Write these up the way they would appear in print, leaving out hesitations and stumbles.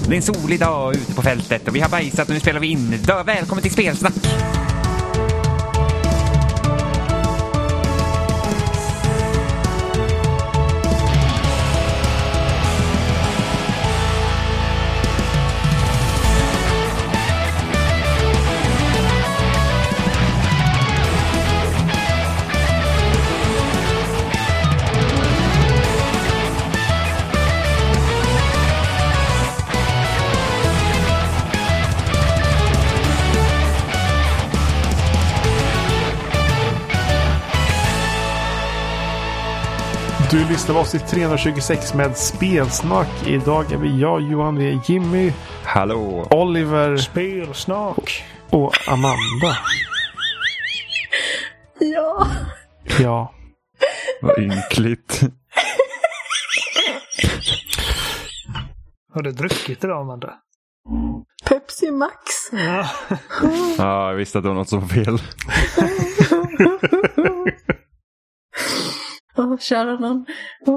Det är en solig dag ute på fältet och vi har bajsat och nu spelar vi in. Välkommen till Spelsnack! Du lyssnar på avsnitt 326 med Spelsnack. Idag är vi Johan, vi är Jimmy. Hallå! Oliver. Spelsnack. Och Amanda. Ja. Ja. Vad ynkligt. Har du druckit idag, Amanda? Pepsi Max. Ja. Ja, jag visste att det var något som var fel. Kära någon.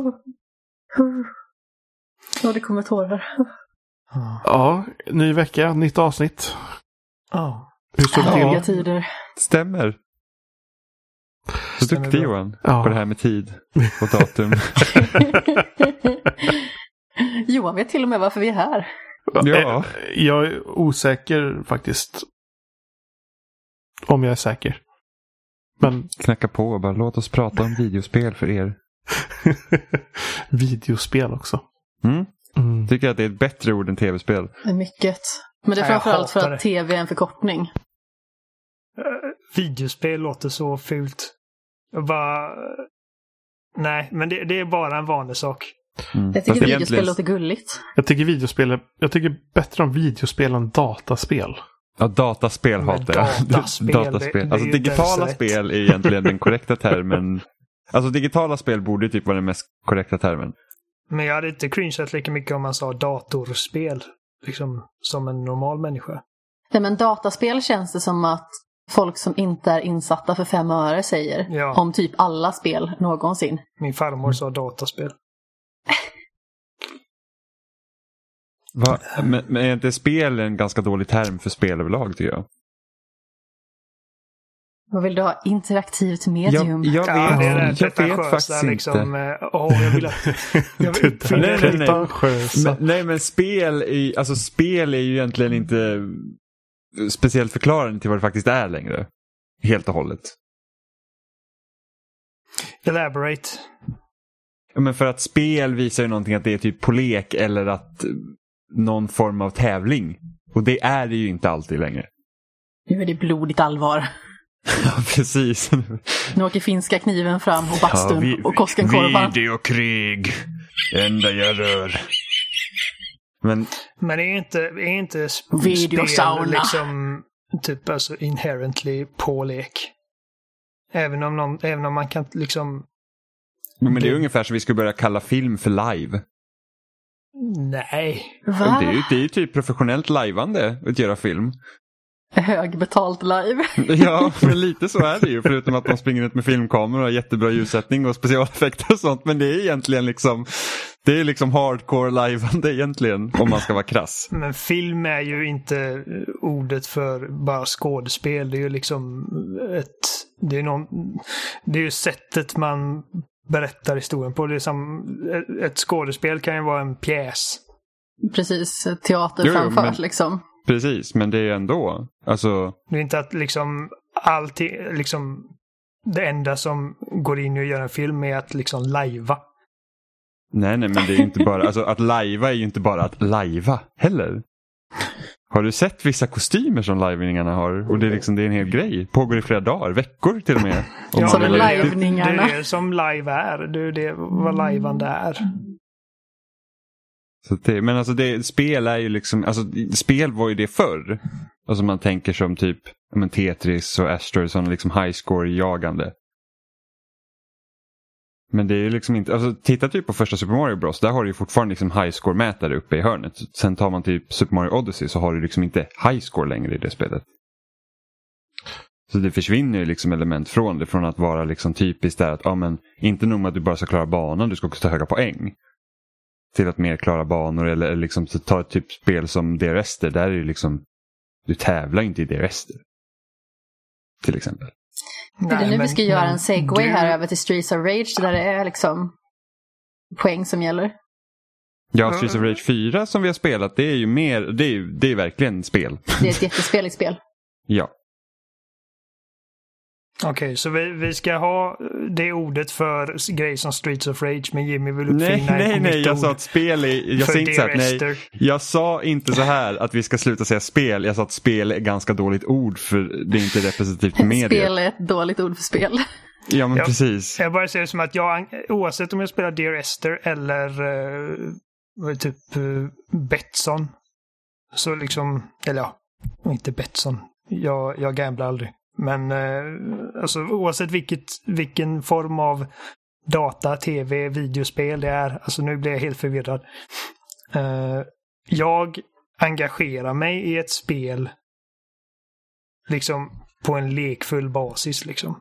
Det kommer tårar. Ja, ny vecka, nytt avsnitt. Ja. Hur står det Härliga till? tider. Stämmer. Så Stämmer duktig bra. Johan Ja. på det här med tid och datum. Johan vet till och med varför vi är här. Ja. Jag är osäker faktiskt. Om jag är säker. Men Knacka på och bara låt oss prata om videospel för er. videospel också. Tycker att det är ett bättre ord än tv-spel. Mycket. Men det är Nej, jag framförallt för hatar att det. tv är en förkortning. Videospel låter så fult. Jag bara... Nej, men det är bara en vanlig sak. Jag tycker Fast videospel egentligen- låter gulligt. Jag tycker bättre om videospel än dataspel. Ja, dataspel Men hatar jag. dataspel, det är Alltså ju digitala inte ens spel är egentligen den korrekta termen. Alltså digitala spel borde typ vara den mest korrekta termen. Men jag hade inte cringeat lika mycket om man sa datorspel. Liksom som en normal människa. Nej, men dataspel känns det som att folk som inte är insatta för 5 öre säger. Ja. Om typ alla spel någonsin. Min farmor sa dataspel. Men är inte spel en ganska dålig term för spel överlag tycker jag? Vad vill du ha? Interaktivt medium. Jag Ja, det är det vet pretentiösa, faktiskt liksom, inte. jag vill att... Men spel är ju egentligen inte speciellt förklarande till vad det faktiskt är längre. Helt och hållet. Elaborate. Ja, men för att spel visar ju någonting att det är typ på lek eller att någon form av tävling. Och det är det ju inte alltid längre. Nu är det blodigt allvar. Ja, precis. Nu åker finska kniven fram och bastun och Koskenkorvan. Videokrig. Enda jag rör. Men Men är inte Videosauna. spel liksom typ alltså inherently på lek? Även om man kan liksom... det är ungefär som vi skulle börja kalla film för live. Nej. Va? Det är ju typ professionellt liveande att göra film. Högbetalt live. Ja, men lite så är det ju. Förutom att de springer ut med filmkameror och jättebra ljussättning och specialeffekter och sånt. Men det är egentligen liksom... Det är liksom hardcore liveande egentligen, om man ska vara krass. Men film är ju inte ordet för bara skådespel. Det är ju liksom det är ju sättet man berättar historien på. Det är som ett skådespel kan ju vara en pjäs. Precis, teater framfört liksom. Precis, men det är ändå... Alltså... Det är inte att liksom allting, liksom det enda som går in och gör en film är att liksom lajva. Nej, men det är ju inte bara... Alltså att lajva är ju inte bara att lajva heller. Har du sett vissa kostymer som liveningarna har? Och det är en hel grej. Pågår i flera dagar, veckor till och med. Så det är liveningarna. Det är det som live är. Det är det vad liveande är. Så men alltså spel är ju liksom... Alltså spel var ju det förr. Alltså man tänker som typ Tetris och Asteroid som liksom highscore-jagande. Men det är ju liksom inte... Alltså titta typ på första Super Mario Bros. Där har du ju fortfarande liksom highscore-mätare uppe i hörnet. Sen tar man typ Super Mario Odyssey så har du liksom inte highscore längre i det spelet. Så det försvinner ju liksom element från det. Från att vara liksom typiskt där att men inte nog med att du bara ska klara banan, du ska också ta höga poäng. till att mer klara banor eller liksom ta ett typ spel som Dear Esther, där är det liksom du tävlar inte i Dear Esther till exempel. Det är nu vi ska göra en segway här över till Streets of Rage där det är liksom poäng som gäller. Ja, Streets of Rage 4 som vi har spelat, det är ju mer, det är verkligen spel. Det är ett jättespeligt spel. Ja. Okej, så vi ska ha det ordet för grejer som Streets of Rage, men Jimmy vill uppfinna Nej, jag sa att spel är, jag sa inte så här, nej, jag sa inte så här att vi ska sluta säga spel, jag sa att spel är ganska dåligt ord för det är inte representativt för medier. Spel är ett dåligt ord för spel. Ja, men precis. Jag bara ser det som att oavsett om jag spelar Dear Esther eller typ Betsson, så liksom, eller ja, inte Betsson, jag gamblar aldrig. Men alltså, oavsett vilken form av data, tv, videospel det är. Alltså nu blir jag helt förvirrad. Jag engagerar mig i ett spel liksom på en lekfull basis liksom.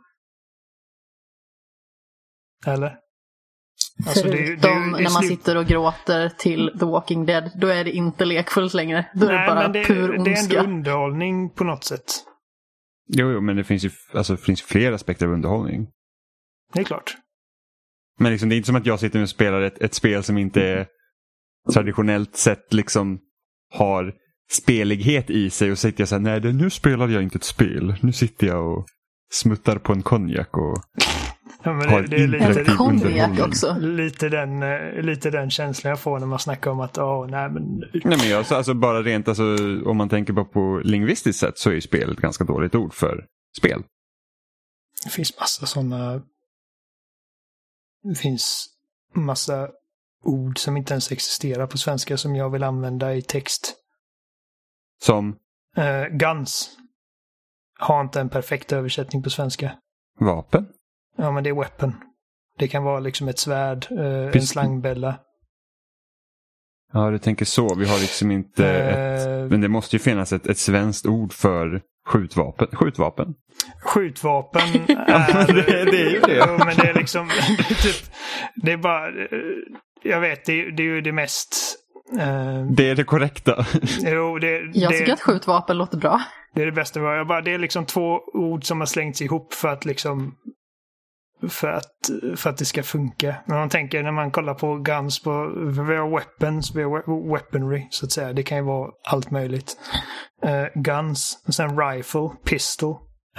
Eller? Alltså, förutom när man sitter och gråter till The Walking Dead, då är det inte lekfullt längre. Då är det bara pur ondska. Det är ändå underhållning på något sätt. Jo, men det finns ju flera aspekter av underhållning. Det är klart. Men liksom, det är inte som att jag sitter och spelar ett spel som inte är traditionellt sett liksom har spelighet i sig och sitter jag så här, nej, nu spelar jag inte ett spel. Nu sitter jag och smuttar på en konjak och har det är lite konjak också. Lite den känslan jag får när man snackar om att nej men jag alltså bara rent alltså, om man tänker på lingvistiskt sätt så är ju spel ett ganska dåligt ord för spel. Det finns massa sådana. Det finns massa ord som inte ens existerar på svenska som jag vill använda i text. Som? Guns. Har inte en perfekt översättning på svenska. Vapen? Ja, men det är weapon. Det kan vara liksom ett svärd, en slangbälla. Ja, du tänker så. Vi har liksom inte men det måste ju finnas ett svenskt ord för skjutvapen. Skjutvapen är... det är ju det. Ja, men det är liksom... det är bara... Jag vet, det är ju det mest... det är det korrekta. Jo, jag tycker att skjutvapen låter bra. Det är det bästa. Det är liksom två ord som har slängts ihop för att liksom... För att det ska funka. Men man tänker när man kollar på guns, vi har weapons, vi har weaponry så att säga. Det kan ju vara allt möjligt. Guns, och sen rifle, pistol.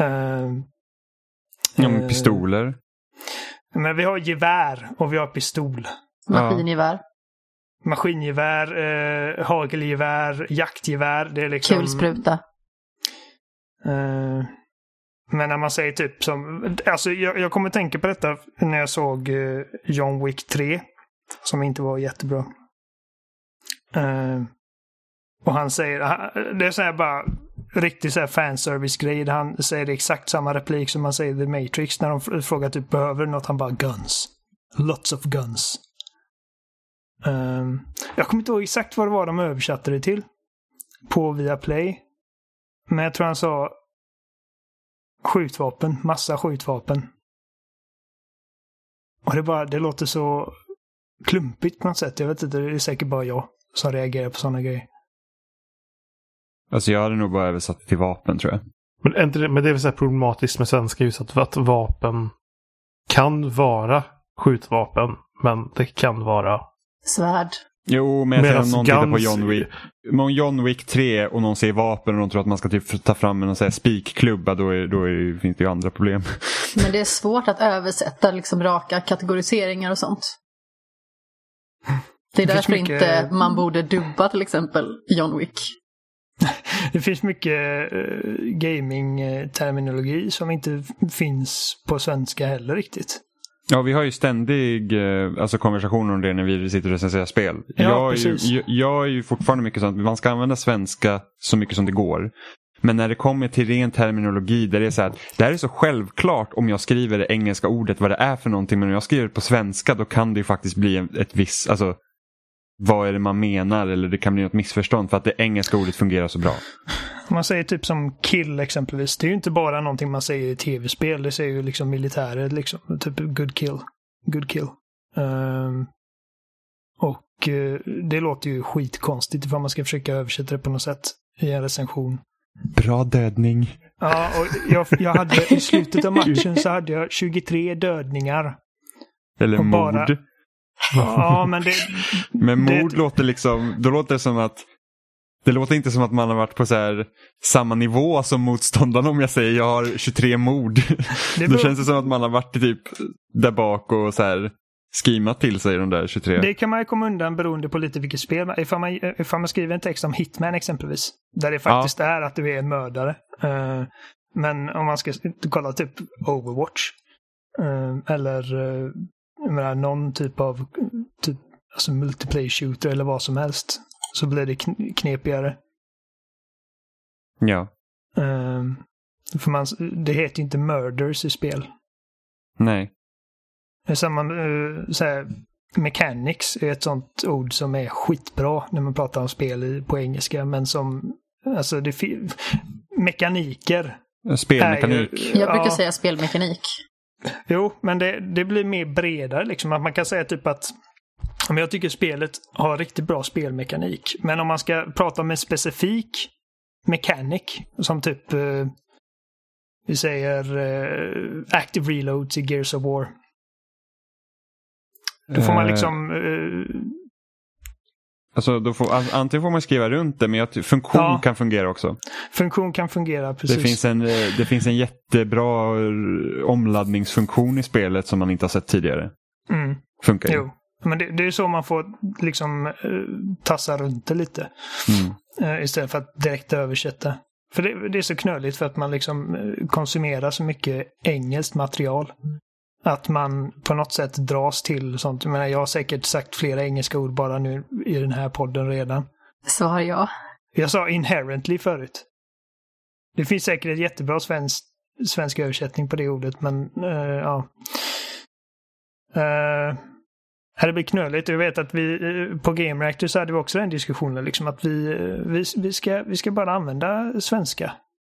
Pistoler. Men vi har gevär och vi har pistol. Maskingevär. Maskingevär, hagelgevär, jaktgevär. Det är liksom... Kulspruta. Men när man säger typ som... Alltså jag kommer tänka på detta när jag såg John Wick 3. Som inte var jättebra. Och han säger... Det är så här bara... Riktigt så här fanservice-grej. Han säger exakt samma replik som man säger i The Matrix. När de frågar typ behöver något. Han bara guns. Lots of guns. Jag kommer inte ihåg exakt vad det var de översatte det till. På Viaplay. Men jag tror han sa... skjutvapen, massa skjutvapen. Och det låter så klumpigt på något sätt. Jag vet inte, det är säkert bara jag som reagerar på sådana grejer. Alltså jag hade nog bara översatt till vapen, tror jag. Men det är väl så här problematiskt med svenska just att vapen kan vara skjutvapen, men det kan vara svärd. Jo, men jag om någon tittar på John Wick 3 och någon ser vapen och de tror att man ska typ ta fram en spikklubba, då finns det ju andra problem. Men det är svårt att översätta liksom raka kategoriseringar och sånt. Det är därför inte man borde dubba till exempel John Wick. Det finns mycket gaming-terminologi som inte finns på svenska heller riktigt. Ja, vi har ju ständig konversationer om det när vi sitter och recenserar spel. Ja, jag är ju fortfarande mycket sånt. Man ska använda svenska så mycket som det går. Men när det kommer till ren terminologi där det är så här, det här är så självklart om jag skriver det engelska ordet vad det är för någonting, men om jag skriver det på svenska då kan det ju faktiskt bli ett visst, alltså vad är det man menar, eller det kan bli något missförstånd för att det engelska ordet fungerar så bra. Man säger typ som kill exempelvis. Det är ju inte bara någonting man säger i tv-spel. Det säger ju liksom militärer liksom. Typ good kill. Och det låter ju skitkonstigt ifall man ska försöka översätta det på något sätt i en recension. Bra dödning. Ja, och jag hade i slutet av matchen så hade jag 23 dödningar. Eller mord. Ja, men det... Men mord låter liksom... Då låter det som att... Det låter inte som att man har varit på så här samma nivå som motståndarna om jag säger jag har 23 mord. Då känns det som att man har varit typ där bak och så här skimat till sig de där 23. Det kan man ju komma undan beroende på lite vilket spel. Ifall man skriver en text om Hitman exempelvis. Där det faktiskt är att du är en mördare. Men om man ska kolla typ Overwatch. Eller någon typ av alltså multiplayer shooter eller vad som helst. Så blir det knepigare. Ja. För det heter inte murders i spel. Nej. Det är samma mechanics är ett sånt ord som är skitbra när man pratar om spel på engelska. Men som, alltså mekaniker. Spelmekanik. Jag brukar säga spelmekanik. Jo, men det blir mer bredare liksom. Att man kan säga typ att men jag tycker spelet har riktigt bra spelmekanik. Men om man ska prata om en specifik mechanic som typ vi säger active reloads i Gears of War. Då får man liksom alltså antingen får man skriva runt det, men funktion kan fungera också. Funktion kan fungera, precis. Det finns en jättebra omladdningsfunktion i spelet som man inte har sett tidigare. Funkar ju. Jo. Men det är så man får liksom tassa runt det lite. Istället för att direkt översätta. För det är så knöligt för att man liksom konsumerar så mycket engelskt material. Att man på något sätt dras till sånt. Jag menar, jag har säkert sagt flera engelska ord bara nu i den här podden redan. Så har jag. Jag sa inherently förut. Det finns säkert ett jättebra svensk översättning på det ordet, men ja. Det blir knöligt. Jag vet att vi på Game Reactor så hade vi också den diskussionen liksom att vi ska bara använda svenska.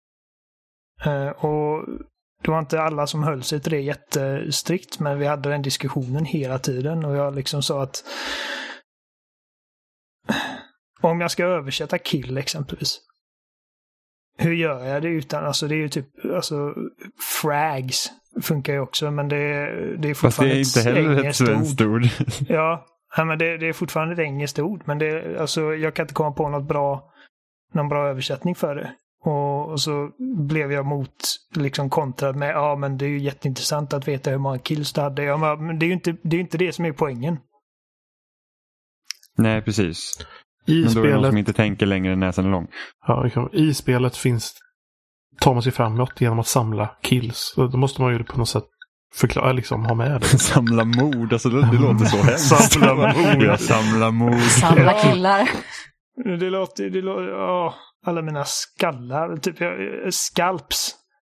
Och det var inte alla som höll sig till det jättestrikt, men vi hade den diskussionen hela tiden och jag liksom sa att om jag ska översätta kill exempelvis, hur gör jag det utan, alltså det är ju typ, alltså frags funkar ju också, men det är fortfarande fast det är inte heller ett svenskt ord. Ja, men det är fortfarande ett engelskt ord, men alltså jag kan inte komma på någon bra översättning för det. Och så blev jag liksom kontrad med men det är ju jätteintressant att veta hur många kills du hade. Men det är ju inte det som är poängen. Nej, precis. Men då är det någon som inte tänker längre än näsan är lång. Ja, i spelet tar man sig framåt genom att samla kills. Då måste man ju på något sätt förklara, liksom ha med det. Samla mord, alltså det låter så hemskt. Samla mord. Samla killar. Det låter alla mina skallar, typ skalps.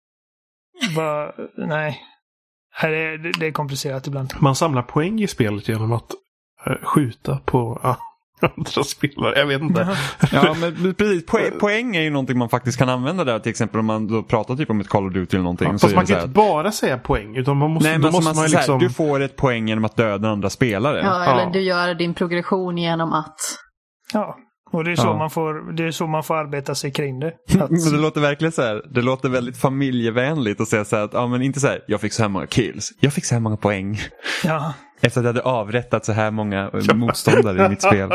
Nej. Det är komplicerat ibland. Man samlar poäng i spelet genom att skjuta på andra spelare. Jag vet inte. Ja, men precis. Poäng är ju någonting man faktiskt kan använda där. Till exempel om man då pratar typ om ett Call of Duty eller någonting. Ja, fast man kan inte bara säga poäng. Utan man måste, man liksom... du får ett poäng genom att döda andra spelare. Ja, eller du gör din progression genom att... Ja. Och det är så man får arbeta sig kring det. Men det låter verkligen så här. Det låter väldigt familjevänligt att säga så här att men inte så här, jag fick så här många kills. Jag fick så här många poäng. Ja. Efter att jag hade avrättat så här många motståndare i mitt spel.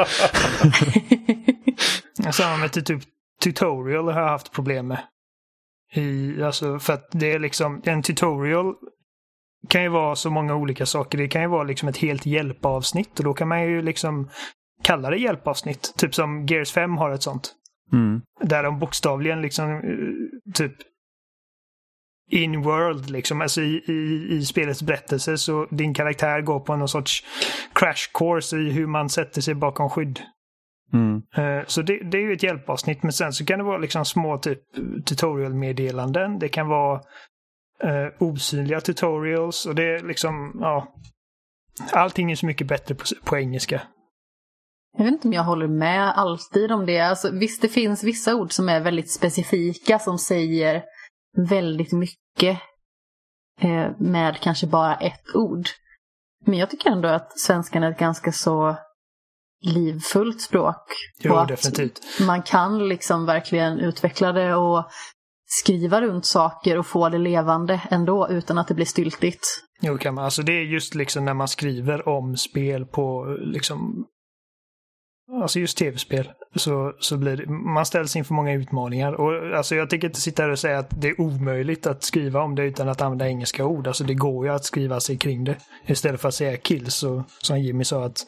Samma med typ tutorial har jag haft problem med. Alltså för att det är liksom en tutorial kan ju vara så många olika saker. Det kan ju vara liksom ett helt hjälpavsnitt och då kan man ju liksom kalla det hjälpavsnitt. Typ som Gears 5 har ett sånt. Där de bokstavligen liksom typ in-world liksom. Alltså i spelets berättelse så din karaktär går på någon sorts crash course i hur man sätter sig bakom skydd. Så det är ju ett hjälpavsnitt, men sen så kan det vara liksom små typ tutorial-meddelanden. Det kan vara osynliga tutorials och det är liksom, allting är så mycket bättre på engelska. Jag vet inte om jag håller med alltid om det. Alltså, visst, det finns vissa ord som är väldigt specifika som säger väldigt mycket med kanske bara ett ord. Men jag tycker ändå att svenskan är ett ganska så livfullt språk. Jo, och definitivt. Man kan liksom verkligen utveckla det och skriva runt saker och få det levande ändå utan att det blir styltigt. Jo, kan man. Alltså det är just liksom när man skriver om spel på liksom, alltså just tv-spel, så blir det, man ställs inför många utmaningar. Och alltså jag tänker inte sitta här och säga att det är omöjligt att skriva om det utan att använda engelska ord. Alltså det går ju att skriva sig kring det. Istället för att säga kills, så som Jimmy sa att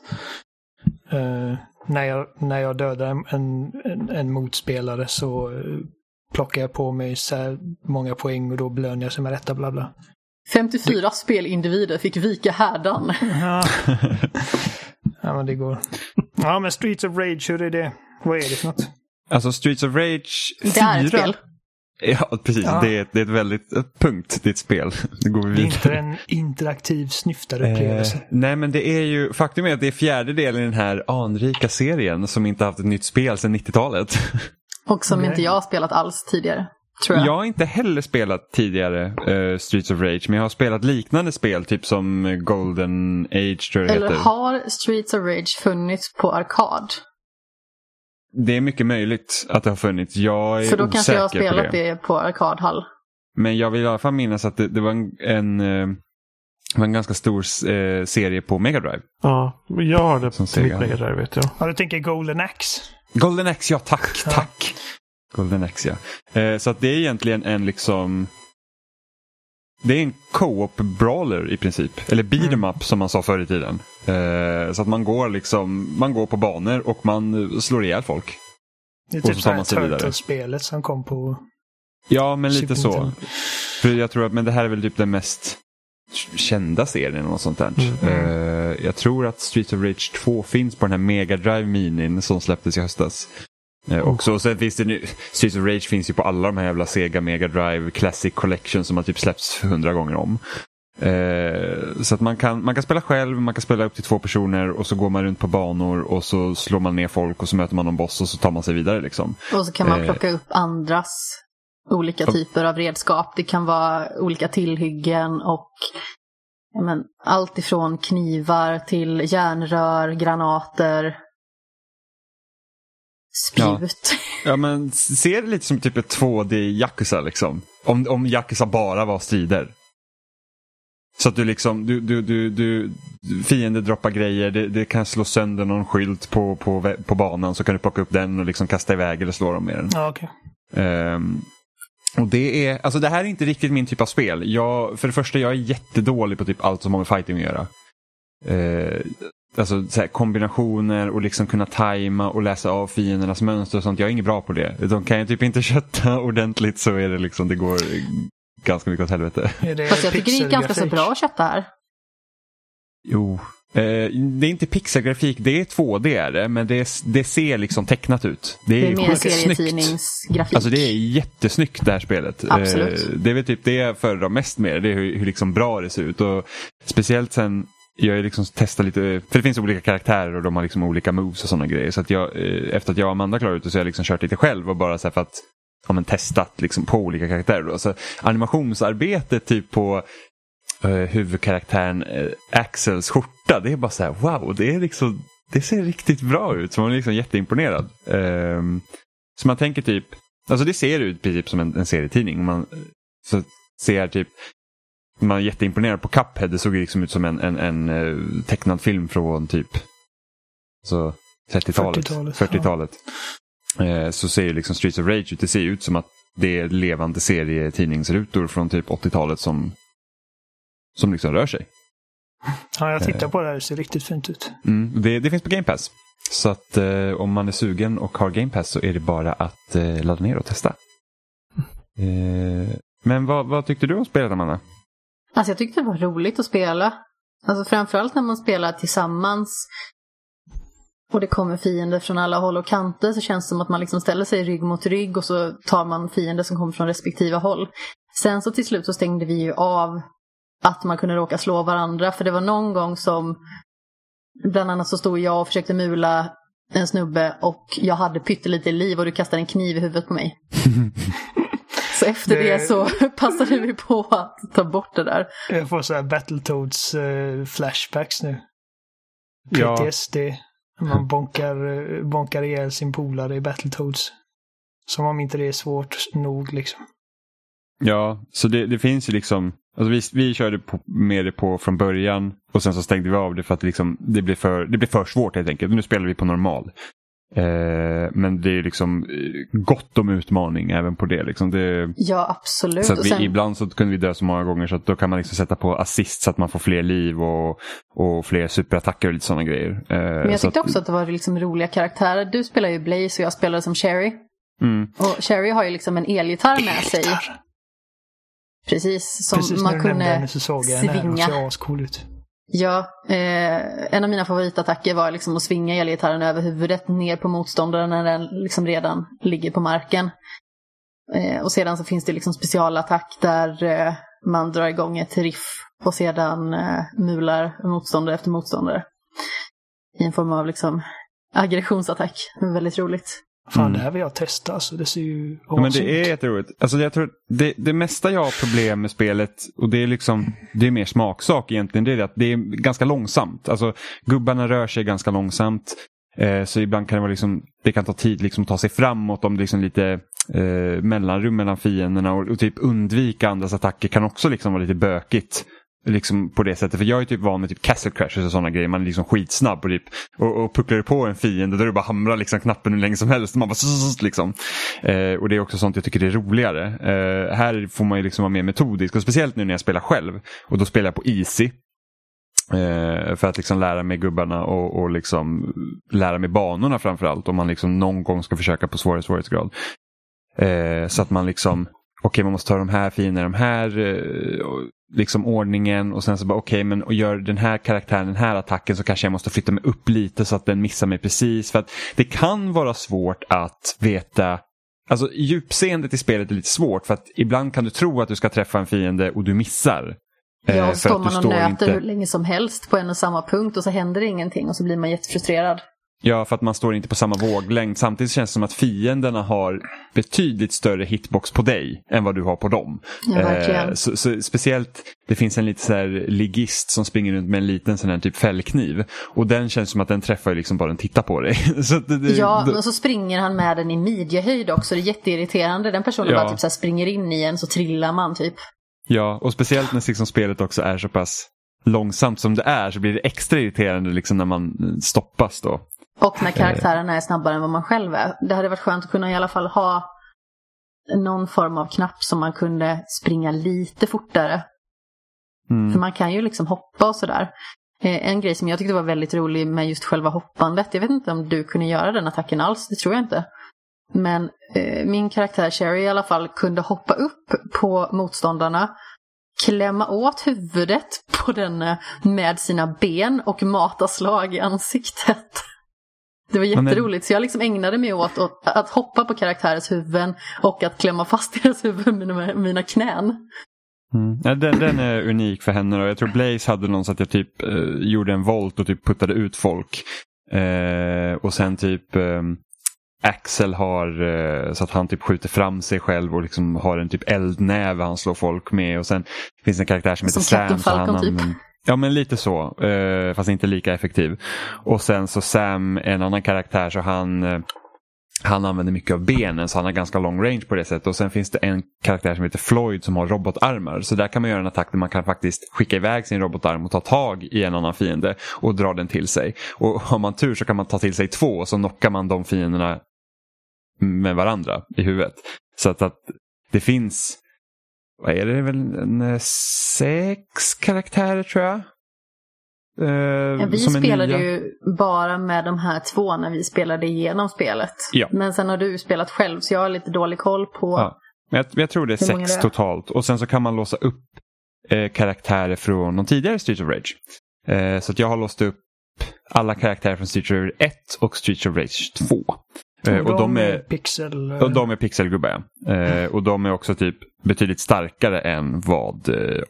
när jag dödar en motspelare så plockar jag på mig så här många poäng och då belönar jag sig med detta, bla bla. 54 spelindivider fick vika härdan. Ja. Ja, men det går. Ja, men Streets of Rage, hur är det? Vad är det för något? Alltså Streets of Rage 4. Det är ett spel. Ja, precis. Ja. Det är ett väldigt punkt, det är ett spel. Det går vi vidare. Det är inte en interaktiv snyftarupplevelse. Nej, men det är ju, faktum är att det är fjärde delen i den här anrika serien som inte haft ett nytt spel sedan 90-talet. Och som inte jag har spelat alls tidigare, tror jag. Jag har inte heller spelat tidigare Streets of Rage, men jag har spelat liknande spel, typ som Golden Age, tror jag det heter. Eller har Streets of Rage funnits på arkad? Det är mycket möjligt att det har funnits. Jag är för då osäker kanske jag har spelat på det på arkadhall. Men jag vill i alla fall minnas att det var en ganska stor serie på Mega Drive. Ja, jag har det på mitt Mega Drive, vet jag. Ja, du tänker Golden Axe? Golden Axe, ja, tack. Golden Axe, ja. Så att det är egentligen en liksom... Det är en co-op brawler i princip. Eller beat'em up som man sa förr i tiden. Så att man går på banor och man slår ihjäl folk. Det är typ så här Turtles-spelet som kom på... Ja, men lite så. För jag tror att, men det här är väl typ den mest kända serien och sånt där. Jag tror att Streets of Rage 2 finns på den här Mega Drive Minin som släpptes i höstas. Också, och sen finns det nu, Streets of Rage finns ju på alla de här jävla Sega Mega Drive Classic Collection som har typ släppts 100 gånger om. Så att man kan spela själv, man kan spela upp till 2 personer och så går man runt på banor och så slår man ner folk och så möter man någon boss och så tar man sig vidare liksom. Och så kan man plocka upp andras olika typer av redskap. Det kan vara olika tillhyggen och allt ifrån knivar till järnrör, granater, spjut. Ja, men ser det lite som typ ett 2D Yakuza liksom. Om Yakuza bara var strider. Så att du liksom du fiender droppar grejer, det kan slå sönder någon skylt på banan, så kan du plocka upp den och liksom kasta iväg eller slå dem med den. Ja, okej. Och det är, alltså det här är inte riktigt min typ av spel. För det första, jag är jättedålig på typ allt som har med fighting att göra. Alltså så här, kombinationer och liksom kunna tajma och läsa av fiendernas mönster och sånt. Jag är inget bra på det. De kan jag typ inte kötta ordentligt, så är det liksom, det går ganska mycket åt helvete. Fast jag tycker det är ganska så bra att kötta här. Jo. Det är inte pixelgrafik, det är 2D är det, men det ser liksom tecknat ut. Det är mer serietidningsgrafik. Alltså det är jättesnyggt det här spelet. Absolut. Det är väl typ det jag föredrar mest med det. Det är hur liksom bra det ser ut. Och speciellt sen, jag har liksom testat lite, för det finns olika karaktärer och de har liksom olika moves och sådana grejer. Så att efter att jag och Amanda klarade ut det, så har jag liksom kört lite själv och bara så här för att testat liksom på olika karaktärer då. Så animationsarbetet typ på huvudkaraktären Axels skjorta, det är bara så här, wow, det är liksom, det ser riktigt bra ut, så man är liksom jätteimponerad. Så man tänker typ, alltså det ser ut typ som en serietidning. Man så ser typ, man är jätteimponerad på Cuphead, det såg liksom ut som en tecknad film från typ så 30-talet, 40-talet. Så ser ju liksom Streets of Rage ut, det ser ut som att det är levande serietidningsrutor från typ 80-talet som liksom rör sig. Ja, jag tittar på det här, det ser riktigt fint ut. Det finns på Game Pass. Så att om man är sugen och har Game Pass, så är det bara att ladda ner och testa. Men vad tyckte du om spelet, Amanda? Alltså jag tyckte det var roligt att spela. Alltså framförallt när man spelar tillsammans och det kommer fiender från alla håll och kanter, så känns det som att man liksom ställer sig rygg mot rygg och så tar man fiender som kommer från respektiva håll. Sen så till slut så stängde vi ju av att man kunde råka slå varandra, för det var någon gång som bland annat så stod jag och försökte mula en snubbe och jag hade pyttelite liv och du kastade en kniv i huvudet på mig. Så efter det så passade vi på att ta bort det där. Jag får så här Battletoads flashbacks nu. PTSD. Man bonkar ihjäl sin polare i Battletoads. Som om inte det är svårt nog liksom. Ja, så det finns ju liksom... Alltså vi körde med det på från början och sen så stängde vi av det för att liksom, det blev för svårt helt enkelt. Nu spelar vi på normal. Men det är liksom gott om utmaning även på det. Liksom. Ja, absolut. Så att ibland så kunde vi dö så många gånger så att då kan man liksom sätta på assist så att man får fler liv och fler superattacker och lite sådana grejer. Men jag tyckte också att det var liksom roliga karaktärer. Du spelar ju Blaze och jag spelade som Sherry. Och Sherry har ju liksom en elgitarr med sig. Precis, som man kunde svinga. Ja, en av mina favoritattacker var liksom att svinga elgitarren över huvudet ner på motståndaren när den liksom redan ligger på marken. Och sedan så finns det liksom specialattack där man drar igång ett riff och sedan mular motståndare efter motståndare. I en form av liksom aggressionsattack. Det är väldigt roligt. Fan, det här vill jag testa. Så det ser ju men det är jätteroligt. Alltså jag tror det mesta jag har problem med spelet, och det är liksom, det är mer smaksak egentligen, det är att det är ganska långsamt. Alltså gubbarna rör sig ganska långsamt. Så ibland kan det vara liksom, det kan ta tid liksom att ta sig framåt om det liksom lite mellanrum mellan fienderna och typ undvika andras attacker kan också liksom vara lite bökigt. Liksom på det sättet, för jag är typ van med typ castle crashes och sådana grejer, man är liksom skitsnabb och, typ, och pucklar du på en fiende då är det bara hamra liksom knappen hur länge som helst och man bara liksom. Och det är också sånt jag tycker är roligare. Här får man ju liksom vara mer metodisk, och speciellt nu när jag spelar själv, och då spelar jag på easy för att liksom lära mig gubbarna och liksom lära mig banorna framförallt, om man liksom någon gång ska försöka på svårighetsgrad. Så att man liksom okej, man måste ta de här fienderna, de här liksom ordningen, och sen så bara okej, men och gör den här karaktären den här attacken så kanske jag måste flytta mig upp lite så att den missar mig precis, för att det kan vara svårt att veta, alltså djupseendet i spelet är lite svårt, för att ibland kan du tro att du ska träffa en fiende och du missar. Ja, och står man och nöter hur länge som helst på en och samma punkt och så händer det ingenting och så blir man jättefrustrerad. Ja, för att man står inte på samma våglängd. Samtidigt känns det som att fienderna har betydligt större hitbox på dig än vad du har på dem. Ja, verkligen. Så speciellt, det finns en lite så här ligist som springer runt med en liten sån här typ fällkniv. Och den känns som att den träffar liksom bara den tittar på dig. Och så springer han med den i midjehöjd också. Det är jätteirriterande. Den personen bara typ så här springer in i en, så trillar man typ. Ja, och speciellt när liksom spelet också är så pass långsamt som det är, så blir det extra irriterande liksom när man stoppas då. Och när karaktärerna är snabbare än vad man själv är. Det hade varit skönt att kunna i alla fall ha någon form av knapp som man kunde springa lite fortare. För man kan ju liksom hoppa och sådär. En grej som jag tyckte var väldigt rolig med just själva hoppandet. Jag vet inte om du kunde göra den attacken alls, det tror jag inte. Men min karaktär Sherry i alla fall kunde hoppa upp på motståndarna, klämma åt huvudet på den med sina ben och mata slag i ansiktet. Det var jätteroligt, så jag liksom ägnade mig åt att hoppa på karaktärens huvuden och att klämma fast deras huvud med mina knän. Ja, den är unik för henne, och jag tror Blaze hade någon så att jag typ gjorde en volt och typ puttade ut folk. Och sen typ Axel har så att han typ skjuter fram sig själv och liksom har en typ eldnäve han slår folk med, och sen finns det en karaktär som heter Sam, så han typ. Ja, men lite så, fast inte lika effektiv. Och sen så Sam, en annan karaktär, så han använder mycket av benen, så han har ganska long range på det sättet. Och sen finns det en karaktär som heter Floyd som har robotarmar, så där kan man göra en attack där man kan faktiskt skicka iväg sin robotarm och ta tag i en annan fiende och dra den till sig. Och har man tur så kan man ta till sig 2, och så knockar man de fienderna med varandra i huvudet. Så att det finns, vad är det, väl 6 karaktärer tror jag. Vi spelade ju bara med de här 2 när vi spelade igenom spelet. Ja. Men sen har du spelat själv, så jag har lite dålig koll på. Ja. Jag tror det är 6 totalt. Och sen så kan man låsa upp karaktärer från de tidigare Streets of Rage. Så att jag har låst upp alla karaktärer från Streets of Rage 1 och Streets of Rage 2. Och de är pixelgubbar. Och de är också typ betydligt starkare än vad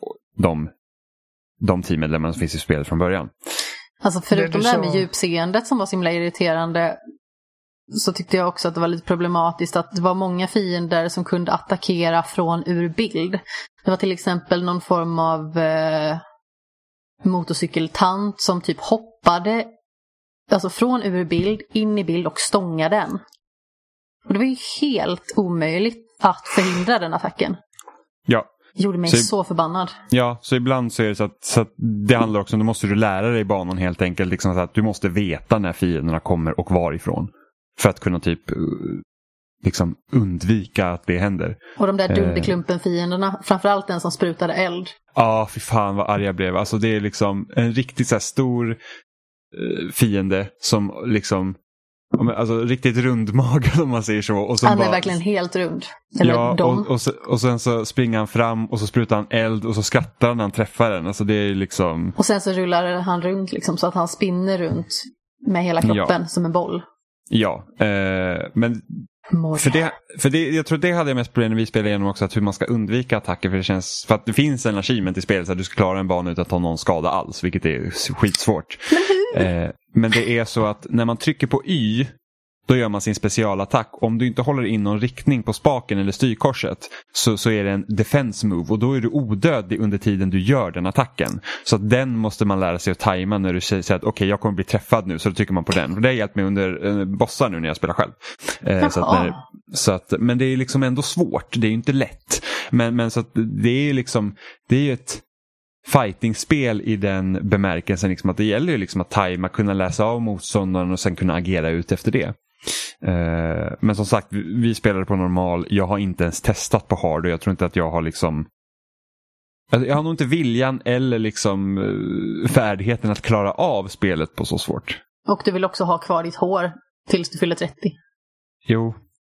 de teammedlemmarna som finns i spelet från början. Alltså förutom det här med djupseendet som var så himla irriterande, så tyckte jag också att det var lite problematiskt att det var många fiender som kunde attackera från ur bild. Det var till exempel någon form av motorcykeltant som typ hoppade alltså från ur bild, in i bild och stånga den. Och det var ju helt omöjligt att förhindra den attacken. Ja. Gjorde mig så förbannad. Ja, så ibland så är det så att det handlar också om, du måste lära dig banan helt enkelt. Liksom så att du måste veta när fienderna kommer och varifrån. För att kunna typ liksom undvika att det händer. Och de där dunderklumpen fienderna, framförallt den som sprutade eld. Ja, fy fan vad arg jag blev. Alltså det är liksom en riktigt så här stor fiende som liksom, alltså riktigt rundmagad om man säger så. Och han är verkligen helt rund. Eller ja, och sen så springer han fram och så sprutar han eld och så skrattar han när han träffar den. Alltså det är liksom... Och sen så rullar han runt liksom, så att han spinner runt med hela kroppen som en boll. Ja, men för det, jag tror det hade jag mest problem när vi spelade igenom också, att hur man ska undvika attacker, för att det finns en achievement i spelet så att du ska klara en bana utan att ta någon skada alls, vilket är skitsvårt. Men det är så att när man trycker på Y, då gör man sin specialattack. Om du inte håller in någon riktning på spaken eller styrkorset så är det en defense move, och då är du odödlig under tiden du gör den attacken. Så att den måste man lära sig att tajma när du säger att okej, jag kommer bli träffad nu, så då trycker man på den. Och det har hjälpt mig under bossar nu när jag spelar själv. Men det är liksom ändå svårt, det är ju inte lätt. Men så att det är liksom, det är ju ett fighting-spel i den bemärkelsen liksom, att det gäller ju liksom att tajma, kunna läsa av motståndaren och sen kunna agera ut efter det. Men som sagt, vi spelade på normal. Jag har inte ens testat på hard, och jag tror inte att jag har liksom, jag har nog inte viljan eller liksom färdigheten att klara av spelet på så svårt. Och du vill också ha kvar ditt hår tills du fyller 30. Jo,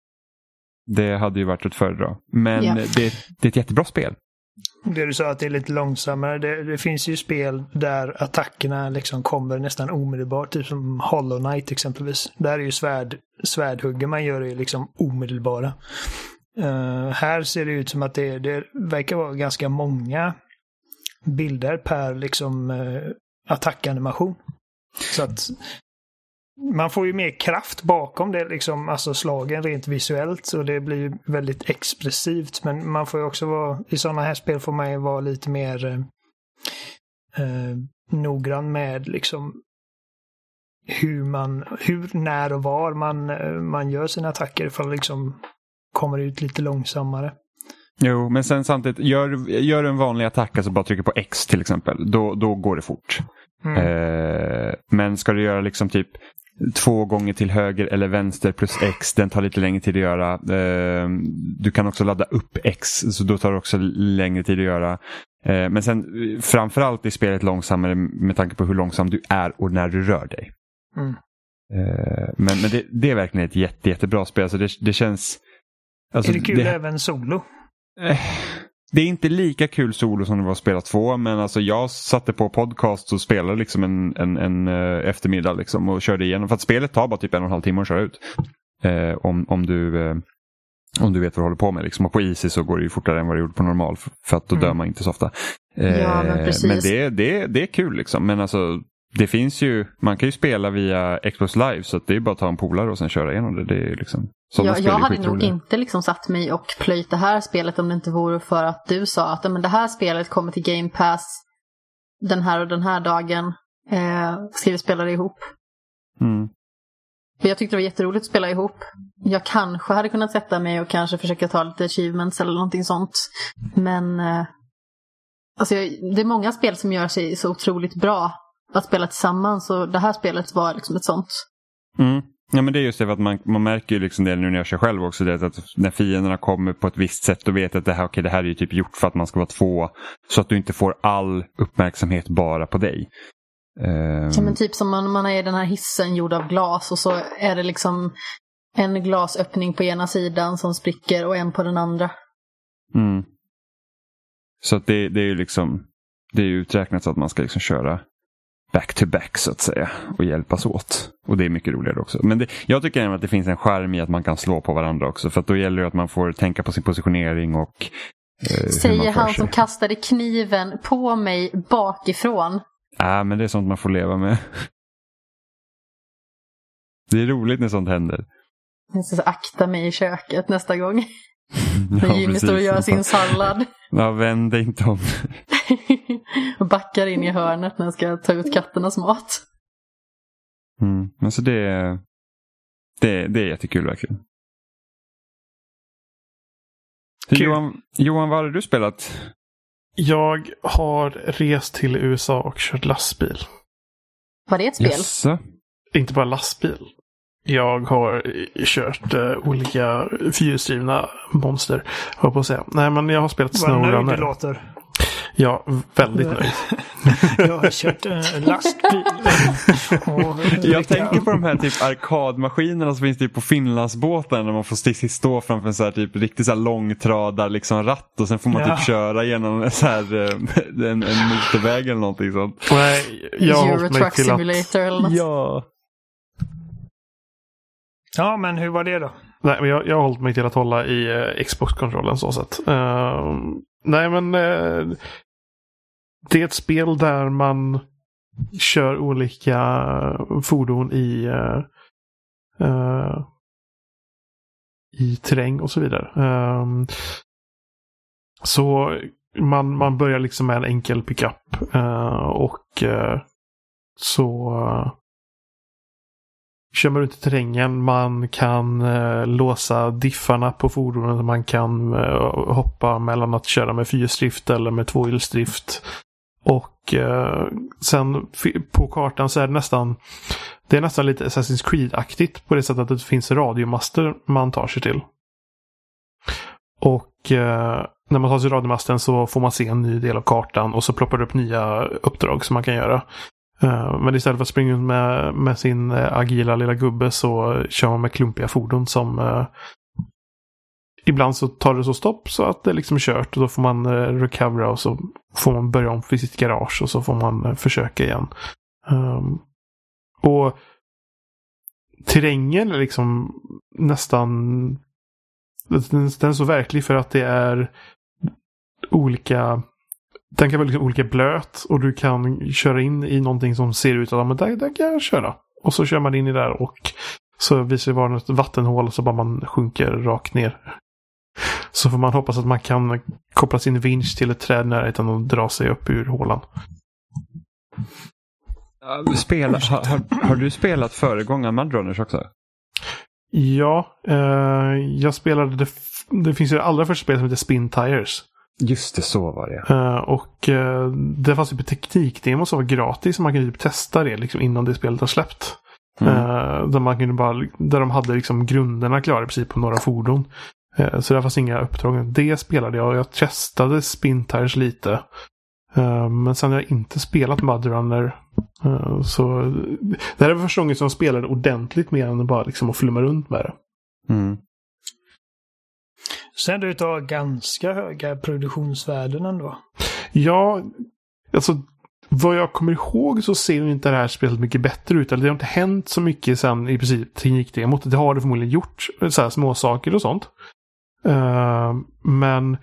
det hade ju varit ett föredra. Men det är ett jättebra spel. Det du sa att det är lite långsammare. Det finns ju spel där attackerna liksom kommer nästan omedelbart. Typ som Hollow Knight exempelvis. Där är ju svärdhuggen man gör är liksom omedelbara. Här ser det ut som att det verkar vara ganska många bilder per liksom attackanimation. Så att man får ju mer kraft bakom det liksom, alltså slagen rent visuellt, så det blir ju väldigt expressivt, men man får ju också vara, i sådana här spel får man ju vara lite mer noggrann med liksom hur, när och var man gör sina attacker, för att liksom kommer ut lite långsammare. Jo, men sen samtidigt, gör en vanlig attack, alltså bara trycker på X till exempel, då går det fort. Men ska du göra liksom typ 2 gånger till höger eller vänster plus X, den tar lite längre tid att göra. Du kan också ladda upp X, så då tar det också längre tid att göra. Men sen framförallt är spelet långsammare med tanke på hur långsam du är och när du rör dig. Men det är verkligen ett jättebra spel, så det känns... Alltså, är det kul även solo? Det är inte lika kul solo som det var att spela 2, men alltså jag satte på podcast och spelade liksom en eftermiddag liksom och körde igenom, för att spelet tar bara typ 1,5 timme att köra ut. Om du vet vad du håller på med liksom. Och på Easy så går det ju fortare än vad det gjorde på normal, för att då dör man inte så ofta. Ja, men precis. Men det är kul liksom, men alltså det finns ju, man kan ju spela via Xbox Live, så att det är bara att ta en polare och sen köra igenom det. Det är liksom, jag hade nog inte liksom satt mig och plöjt det här spelet om det inte vore för att du sa att men det här spelet kommer till Game Pass den här och den här dagen. Ska vi spela det ihop? Jag tyckte det var jätteroligt att spela ihop. Jag kanske hade kunnat sätta mig och kanske försöka ta lite achievements eller någonting sånt. Men alltså, det är många spel som gör sig så otroligt bra att spela tillsammans, och det här spelet var liksom ett sånt. Ja, men det är just det, för att man märker ju liksom det nu när jag kör själv också, det att när fienderna kommer på ett visst sätt och vet att det här är ju typ gjort för att man ska vara 2, så att du inte får all uppmärksamhet bara på dig. Ja, men typ som man är i den här hissen gjord av glas, och så är det liksom en glasöppning på ena sidan som spricker och en på den andra. Så att det är ju liksom, det är uträknat så att man ska liksom köra back to back så att säga och hjälpas åt, och det är mycket roligare också. Men jag tycker även att det finns en charm i att man kan slå på varandra också, för att då gäller det att man får tänka på sin positionering och säger han som kastade kniven på mig bakifrån. Men det är sånt man får leva med. Det är roligt när sånt händer. Jag ska akta mig i köket nästa gång. När Jimmy står och gör sin sallad. Ja, vänd dig inte om. Och backar in i hörnet när jag ska ta ut katternas mat. Men så det är jättekul verkligen. Johan, vad har du spelat? Jag har rest till USA och kört lastbil. Var det ett spel? Yes. Inte bara lastbil. Jag har kört olika fyrhjulsdrivna monster. Hör på att säga. Nej, men jag har spelat SnowRunner. Vad nöjd du låter. Ja, väldigt nöjd. Jag har kört lastbil. Jag tänker på de här typ arkadmaskinerna som finns typ på Finlandsbåten när man får stå framför en så här typ riktigt så här långtradar liksom ratt och sen får man typ köra genom så här, en motorväg eller någonting sånt. Nej, jag har Euro Truck Simulator eller något. Ja. Ja, men hur var det då? Nej, men jag har hållit mig till att hålla i Xbox-kontrollen så sätt. Nej, men det är ett spel där man kör olika fordon i terräng och så vidare. Så man börjar liksom med en enkel pickup och så kör man ut i terrängen. Man kan låsa diffarna på fordonen. Man kan hoppa mellan att köra med fyrhjulsdrift eller med tvåhjulsdrift. Och sen på kartan så är det är nästan lite Assassin's Creed-aktigt på det sättet att det finns radiomaster man tar sig till. Och när man tar sig till radiomasten så får man se en ny del av kartan och så ploppar det upp nya uppdrag som man kan göra. Men istället för att springa ut med sin agila lilla gubbe så kör man med klumpiga fordon som ibland så tar det så stopp så att det är liksom kört och då får man recovera och så får man börja om för sitt garage och så får man försöka igen. Och terrängen är liksom nästan den är så verklig för att det är olika. Den kan vara liksom olika blöt och du kan köra in i någonting som ser ut att där kan jag köra. Och så kör man in i där och så visar det vara ett vattenhål så bara man sjunker rakt ner. Så får man hoppas att man kan koppla sin vinsch till ett träd närheten och dra sig upp ur hålan. Har du spelat föregångaren Mudrunners också? Ja, jag spelade det finns ju det allra första spelet som heter Spin Tires. Just det, så var det. Och det fanns typ teknikdemo som var gratis så man kunde typ testa det liksom innan det spelet har släppt. Där man kunde där de hade liksom grunderna klara i princip på några fordon. Så det fanns inga uppdrag. Det spelade jag och jag testade Spin Tires lite. Men sen har jag inte spelat Mudrunner. Så det här var första gången som jag spelade ordentligt mer än bara liksom att flumma runt med det. Sen du tar ganska höga produktionsvärden ändå. Ja, alltså vad jag kommer ihåg så ser inte det här spelet mycket bättre ut. Eller det har inte hänt så mycket sen i princip teknikdemot. Det har det förmodligen gjort. Så här små saker och sånt. Men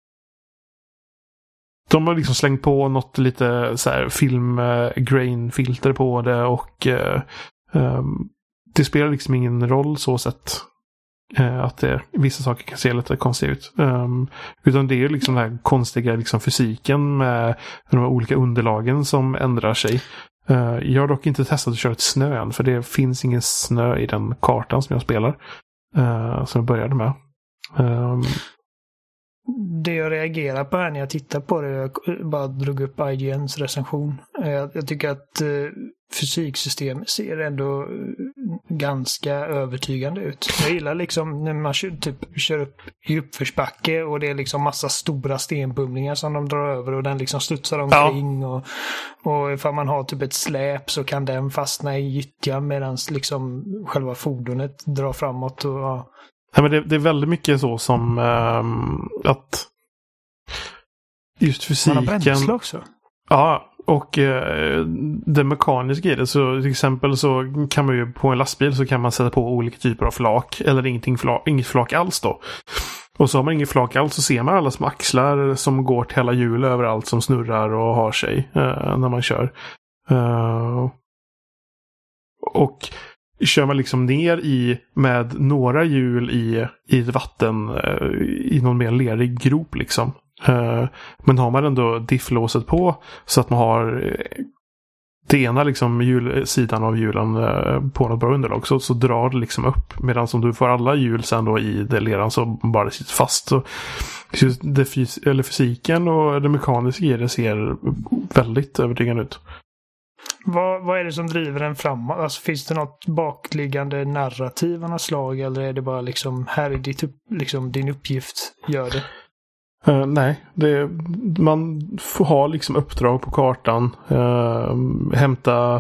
de har liksom slängt på något lite så här film-grain-filter på det och det spelar liksom ingen roll så sett att vissa saker kan se lite konstiga ut. Utan det är liksom den här konstiga liksom fysiken med de här olika underlagen som ändrar sig. Jag har dock inte testat att köra ett snö än för det finns ingen snö i den kartan som jag spelar. Som jag började med. Det jag reagerar på här när jag tittar på det, jag bara drog upp IGNs recension. Jag tycker att fysiksystemet ser ändå ganska övertygande ut. Jag gillar liksom när man kör upp i uppförsbacke och det är liksom massa stora stenbumlingar som de drar över och den liksom studsar omkring. Ja. Och ifall man har typ ett släp så kan den fastna i gyttjan medan liksom själva fordonet drar framåt. Och, ja. Ja, men det är väldigt mycket så som att just fysiken. Man har bränsle också. Ja, och det mekaniska i det. Så till exempel så kan man ju på en lastbil så kan man sätta på olika typer av flak. Eller inget flak alls då. Och så har man inget flak alls så ser man alla små axlar som går till hela hjul överallt som snurrar och har sig när man kör. Och kör man liksom ner med några hjul i ett vatten i någon mer lerig grop liksom. Men har man ändå difflåset på så att man har det ena liksom sidan av hjulen på något bra underlag så drar det liksom upp. Medan om du får alla hjul sen då i det leran så bara det sitter fast. Så fysiken och det mekaniska i det ser väldigt övertygande ut. Vad är det som driver den framåt? Alltså, finns det något bakliggande narrativ av något slag? Eller är det bara liksom, här är ditt liksom, din uppgift, gör det? Nej, man får ha liksom uppdrag på kartan. Hämta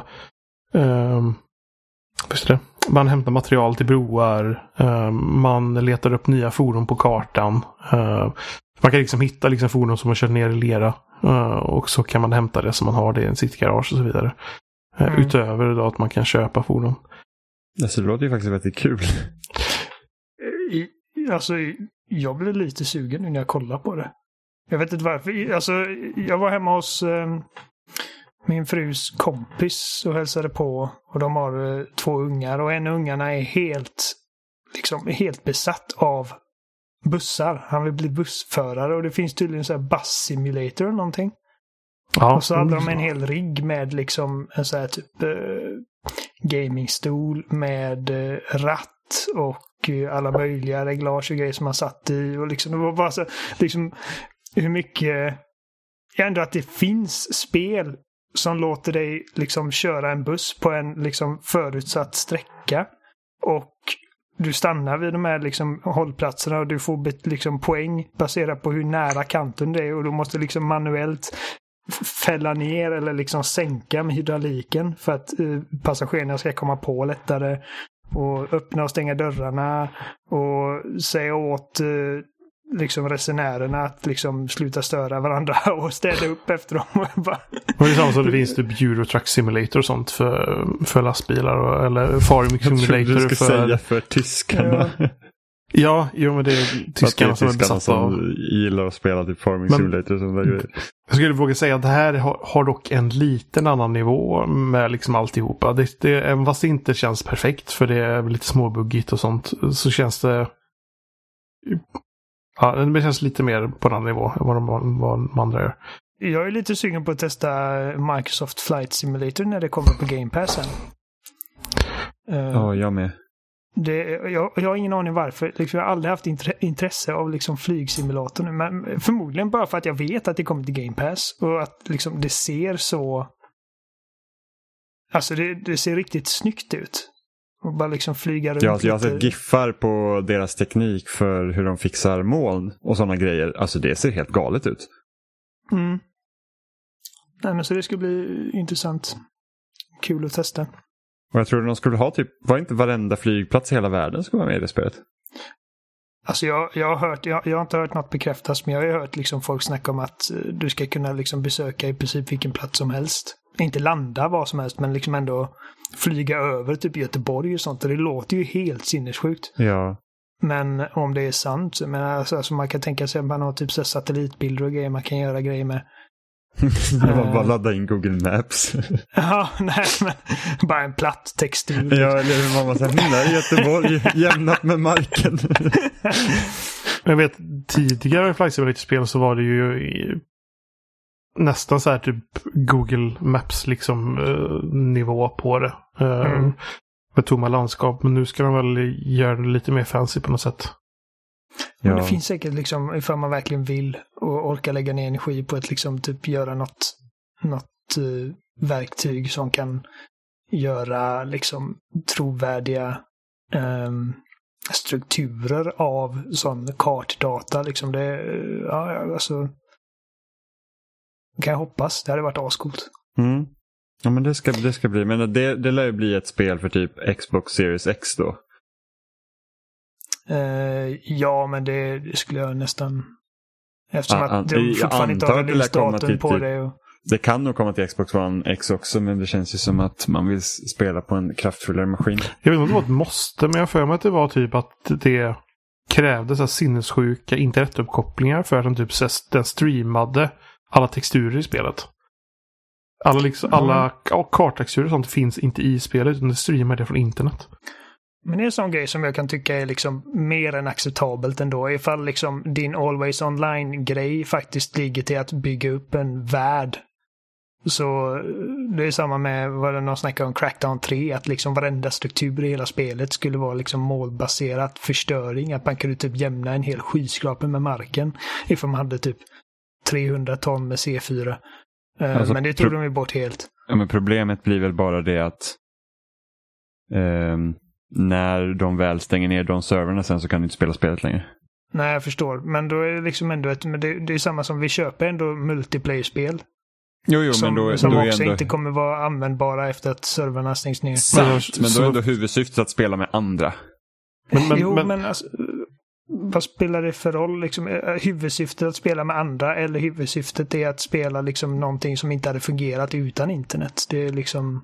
man hämtar material till broar. Man letar upp nya fordon på kartan. Man kan liksom hitta liksom fordon som har kört ner i lera. Och så kan man hämta det som man har det i sitt garage och så vidare. Utöver då att man kan köpa fordon. Alltså, det låter ju faktiskt väldigt kul. Alltså, jag blev lite sugen nu när jag kollar på det. Jag vet inte varför. Alltså, jag var hemma hos min frus kompis och hälsade på. Och de har 2 ungar. Och en av ungarna är helt besatt av bussar. Han vill bli bussförare. Och det finns tydligen så här bus simulator eller någonting. Ja, och så hade de en hel rigg med liksom en så här typ gamingstol med ratt och alla möjliga reglage och grejer som man satt i. Och liksom, det var bara så liksom hur mycket ändå att det finns spel som låter dig liksom köra en buss på en liksom förutsatt sträcka. Och du stannar vid de här liksom hållplatserna och du får liksom poäng baserat på hur nära kanten det är. Och du måste liksom manuellt fälla ner eller liksom sänka med hydrauliken för att passagerarna ska komma på lättare. Och öppna och stänga dörrarna och säga åt liksom resenärerna att liksom sluta störa varandra och städa upp efter dem. Och det är samma som det finns typ Eurotruck Simulator och sånt för lastbilar eller Farming Simulator. Jag trodde du skulle säga för tyskarna. Ja, men det är tyskarna som är besatta av. Gillar att spela typ Farming Simulator och sånt där grejer. Jag skulle våga säga att det här har dock en liten annan nivå med liksom alltihopa. Även fast det inte känns perfekt för det är lite småbuggigt och sånt så känns det det känns lite mer på den nivå än vad de andra gör. Jag är lite sugen på att testa Microsoft Flight Simulator när det kommer på Game Pass sen. Ja, jag med. Jag har ingen aning varför. Liksom, jag har aldrig haft intresse av liksom flygsimulator nu. Men förmodligen bara för att jag vet att det kommer till Game Pass. Och att liksom, det ser så... Alltså det ser riktigt snyggt ut. Och bara liksom flyga runt. Jag har sett giffar på deras teknik för hur de fixar moln och sådana grejer. Alltså det ser helt galet ut. Mm. Nej, men så det ska bli intressant. Kul att testa. Och jag tror att de skulle ha typ, var inte varenda flygplats i hela världen skulle vara med i det spelet? Alltså jag har inte hört något bekräftas, men jag har hört liksom folk snacka om att du ska kunna liksom besöka i princip vilken plats som helst. Inte landa vad som helst, men liksom ändå flyga över typ Göteborg och sånt. Och det låter ju helt sinnessjukt. Ja. Men om det är sant, men alltså man kan tänka sig att man har typ så satellitbilder och grejer man kan göra grejer med. Man bara ladda in Google Maps. Ja, nej, men bara en platt textil. Ja, eller man bara säger, Göteborg jämnat med marken. Jag vet, tidigare i Flight Simulator-spel så var det ju nästan så här typ Google Maps liksom nivå på det. Med tomma landskap. Men nu ska de väl göra det lite mer fancy på något sätt. Men det finns säkert liksom, ifall man verkligen vill och orkar lägga ner energi på att liksom typ göra något verktyg som kan göra liksom trovärdiga strukturer av sån kartdata. Liksom det, alltså kan jag hoppas. Det hade varit ascoolt. Mm. Ja, men det ska bli. Men det lär ju bli ett spel för typ Xbox Series X då. Ja, men det skulle jag nästan... Eftersom att det fortfarande inte har releasedatum på det. Och... Det kan nog komma till Xbox One X också, men det känns ju som att man vill spela på en kraftfullare maskin. Jag vet inte om det var ett måste, men jag för mig att det var typ att det krävde så här sinnessjuka internetuppkopplingar för att den streamade alla texturer i spelet. Alla karttexturer och sånt finns inte i spelet, utan det streamar det från internet. Men det är en sån grej som jag kan tycka är liksom mer än acceptabelt ändå. Ifall liksom din Always Online-grej faktiskt ligger till att bygga upp en värld Så det är samma med vad de snackar om Crackdown 3, att liksom varenda struktur i hela spelet skulle vara liksom målbaserat förstöring, att man kunde typ jämna en hel skyskrapa med marken ifall man hade typ 300 ton med C4. Alltså, men det tog de ju bort helt. Ja, men problemet blir väl bara det att när de väl stänger ner de serverna sen så kan du inte spela spelet längre. Nej, jag förstår. Men då är det liksom ändå men det är samma som vi köper ändå multiplayer-spel. Jo, som, men då som är också ändå... inte kommer vara användbara efter att serverna stängs ner. Sant, men då är ändå huvudsyftet att spela med andra. Men alltså, vad spelar det för roll? Liksom, huvudsyftet att spela med andra eller huvudsyftet är att spela liksom någonting som inte hade fungerat utan internet? Det är liksom...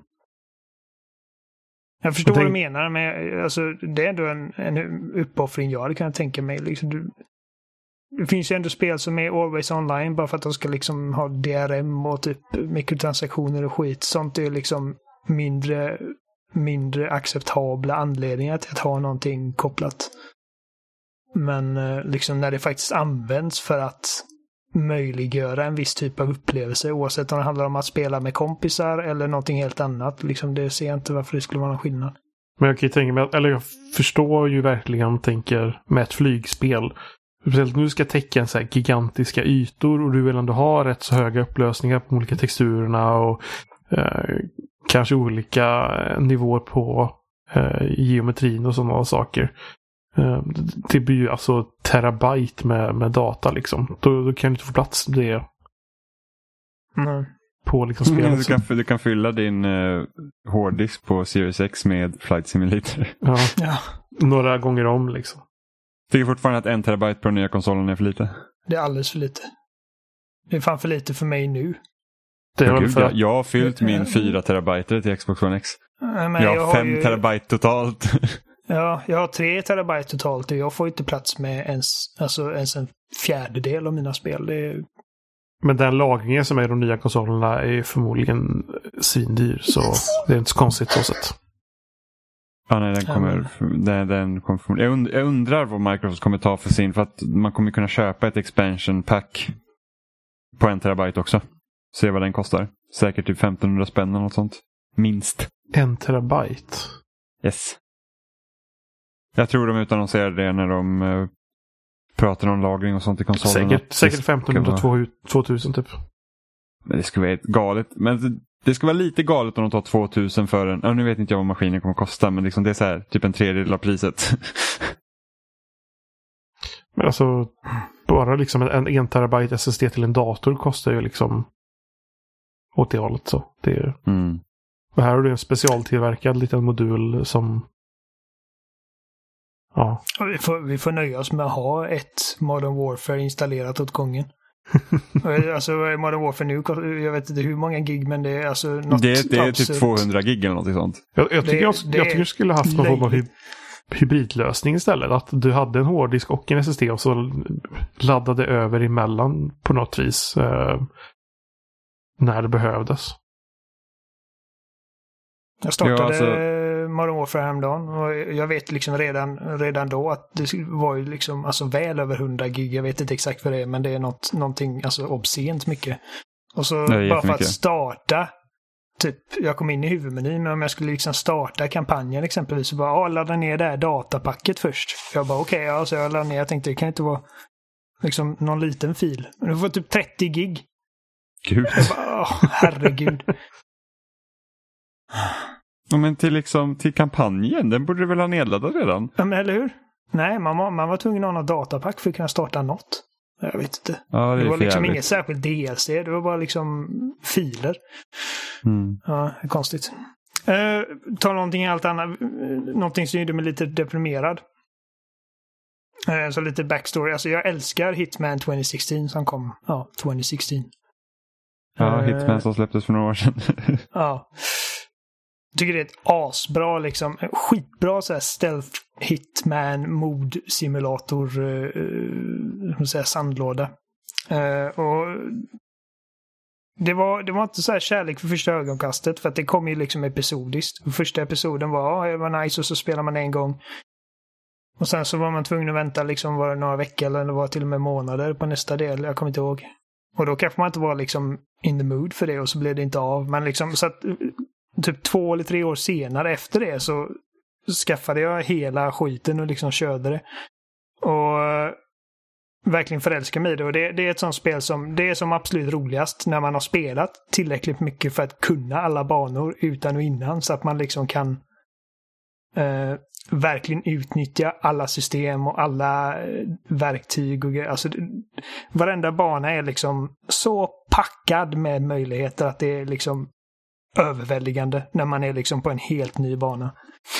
Jag förstår vad du menar, men alltså, det är ändå en uppoffring jag hade kunnat tänka mig. Liksom, det finns ju ändå spel som är always online bara för att de ska liksom ha DRM och typ mikrotransaktioner och skit. Sånt är liksom mindre acceptabla anledningar till att ha någonting kopplat. Men liksom när det faktiskt används för att möjliggöra en viss typ av upplevelse, oavsett om det handlar om att spela med kompisar eller någonting helt annat, liksom det ser jag inte varför det skulle vara någon skillnad. Men jag kan ju tänka mig, eller jag förstår ju verkligen, tänker med ett flygspel. Speciellt nu ska täcka en så här gigantiska ytor och du vill ändå ha rätt så höga upplösningar på olika texturerna och kanske olika nivåer på geometrin och sådana saker. Det blir ju alltså terabyte med data liksom. Då kan du inte få plats det på liksom spelet. Du kan fylla din hårddisk på Series X med Flight Simulator. Ja. Några gånger om liksom. Tycker fortfarande att 1 terabyte på den nya konsolen är för lite. Det är alldeles för lite. Det är fan för lite för mig nu. Jag har fyllt min 4 terabyte till Xbox One X. Men jag har 5 terabyte totalt. Ja, jag har 3 terabyte totalt och jag får inte plats med ens en fjärdedel av mina spel. Men den lagringen som är i de nya konsolerna är förmodligen svindyr, så det är inte så konstigt så sätt. Ja, nej, den kommer jag undrar vad Microsoft kommer ta för sin, för att man kommer kunna köpa ett expansion pack på 1 terabyte också. Se vad den kostar. Säkert typ 1500 spänn eller något sånt. Minst. 1 terabyte? Yes. Jag tror de utannonserar det när de pratar om lagring och sånt i konsolerna. Säkert 1500, 2000 typ. Men det skulle vara galet. Men det ska vara lite galet om de tar 2000 för en... Ja, nu vet inte jag vad maskinen kommer att kosta, men liksom det är så här, typ en tredjedel av priset. Men alltså, bara liksom en 1 terabyte SSD till en dator kostar ju liksom åt det hållet. Så det är... Och här har du en specialtillverkad liten modul som... Ja. Vi får nöja oss med att ha ett Modern Warfare installerat åt gången. Alltså Modern Warfare nu, jag vet inte hur många gig, men det är alltså något det är typ 200 gig eller något sånt. Jag tycker du skulle haft någon form av hybridlösning istället. Att du hade en hårddisk och en SSD och så laddade över emellan på något vis när det behövdes. Jag startade Modern Warfare häromdagen och jag vet liksom redan då att det var ju liksom alltså väl över 100 gig. Jag vet inte exakt vad det är, men det är någonting alltså obscent mycket. Och så bara för att starta typ, jag kom in i huvudmenyn, men om jag skulle liksom starta kampanjen exempelvis så bara ladda ner det här datapacket först. Jag bara okej, så jag laddade ner. Jag tänkte det kan inte vara liksom någon liten fil. Men du får typ 30 gig. Gud. Jag bara, herregud. Ja, men till kampanjen, den borde du väl ha nedladdad redan? Ja, men eller hur? Nej, man var tvungen att ha något datapack för att kunna starta något. Jag vet inte. Ja, det var liksom inget särskilt DLC, det var bara liksom filer. Ja, konstigt. Ta någonting helt annat. Någonting som gjorde mig lite deprimerad. Så lite backstory. Alltså jag älskar Hitman 2016 som kom. Ja, 2016. Ja, Hitman som släpptes för några år sedan. Ja. Jag tycker det är ett asbra, liksom, skitbra så här stealth hitman mod simulator sandlåda. Och det var inte så här kärlek för första ögonkastet, för att det kom ju liksom episodiskt. Första episoden var nice och så spelar man en gång. Och sen så var man tvungen att vänta liksom var det några veckor eller det var till och med månader på nästa del. Jag kommer inte ihåg. Och då kanske man inte var liksom in the mood för det och så blev det inte av. Men liksom så att typ 2 eller 3 år senare efter det så skaffade jag hela skiten och liksom körde det. Och verkligen förälskade mig i det. Och det är ett sånt spel som det är som absolut roligast när man har spelat tillräckligt mycket för att kunna alla banor utan och innan. Så att man liksom kan verkligen utnyttja alla system och alla verktyg och alltså varenda bana är liksom så packad med möjligheter att det är liksom överväldigande när man är liksom på en helt ny bana.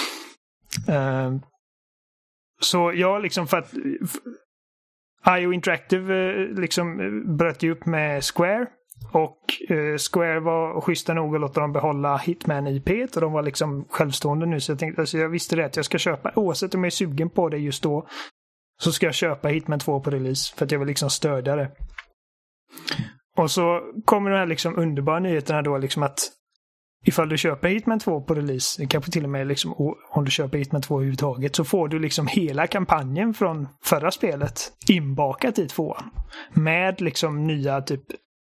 Så jag liksom för att IO Interactive liksom bröt ju upp med Square och Square var schyssta nog att låta dem behålla Hitman IP och de var liksom självstående nu så jag tänkte, alltså jag visste det att jag ska köpa, oavsett om jag är sugen på det just då så ska jag köpa Hitman 2 på release för att jag vill liksom stödja det. Och så kommer de här liksom underbara nyheterna då liksom att ifall du köper Hitman 2 på release, kanske till och med liksom, om du köper Hitman 2 överhuvudtaget, så får du liksom hela kampanjen från förra spelet inbakat i 2:an. Med liksom nya typ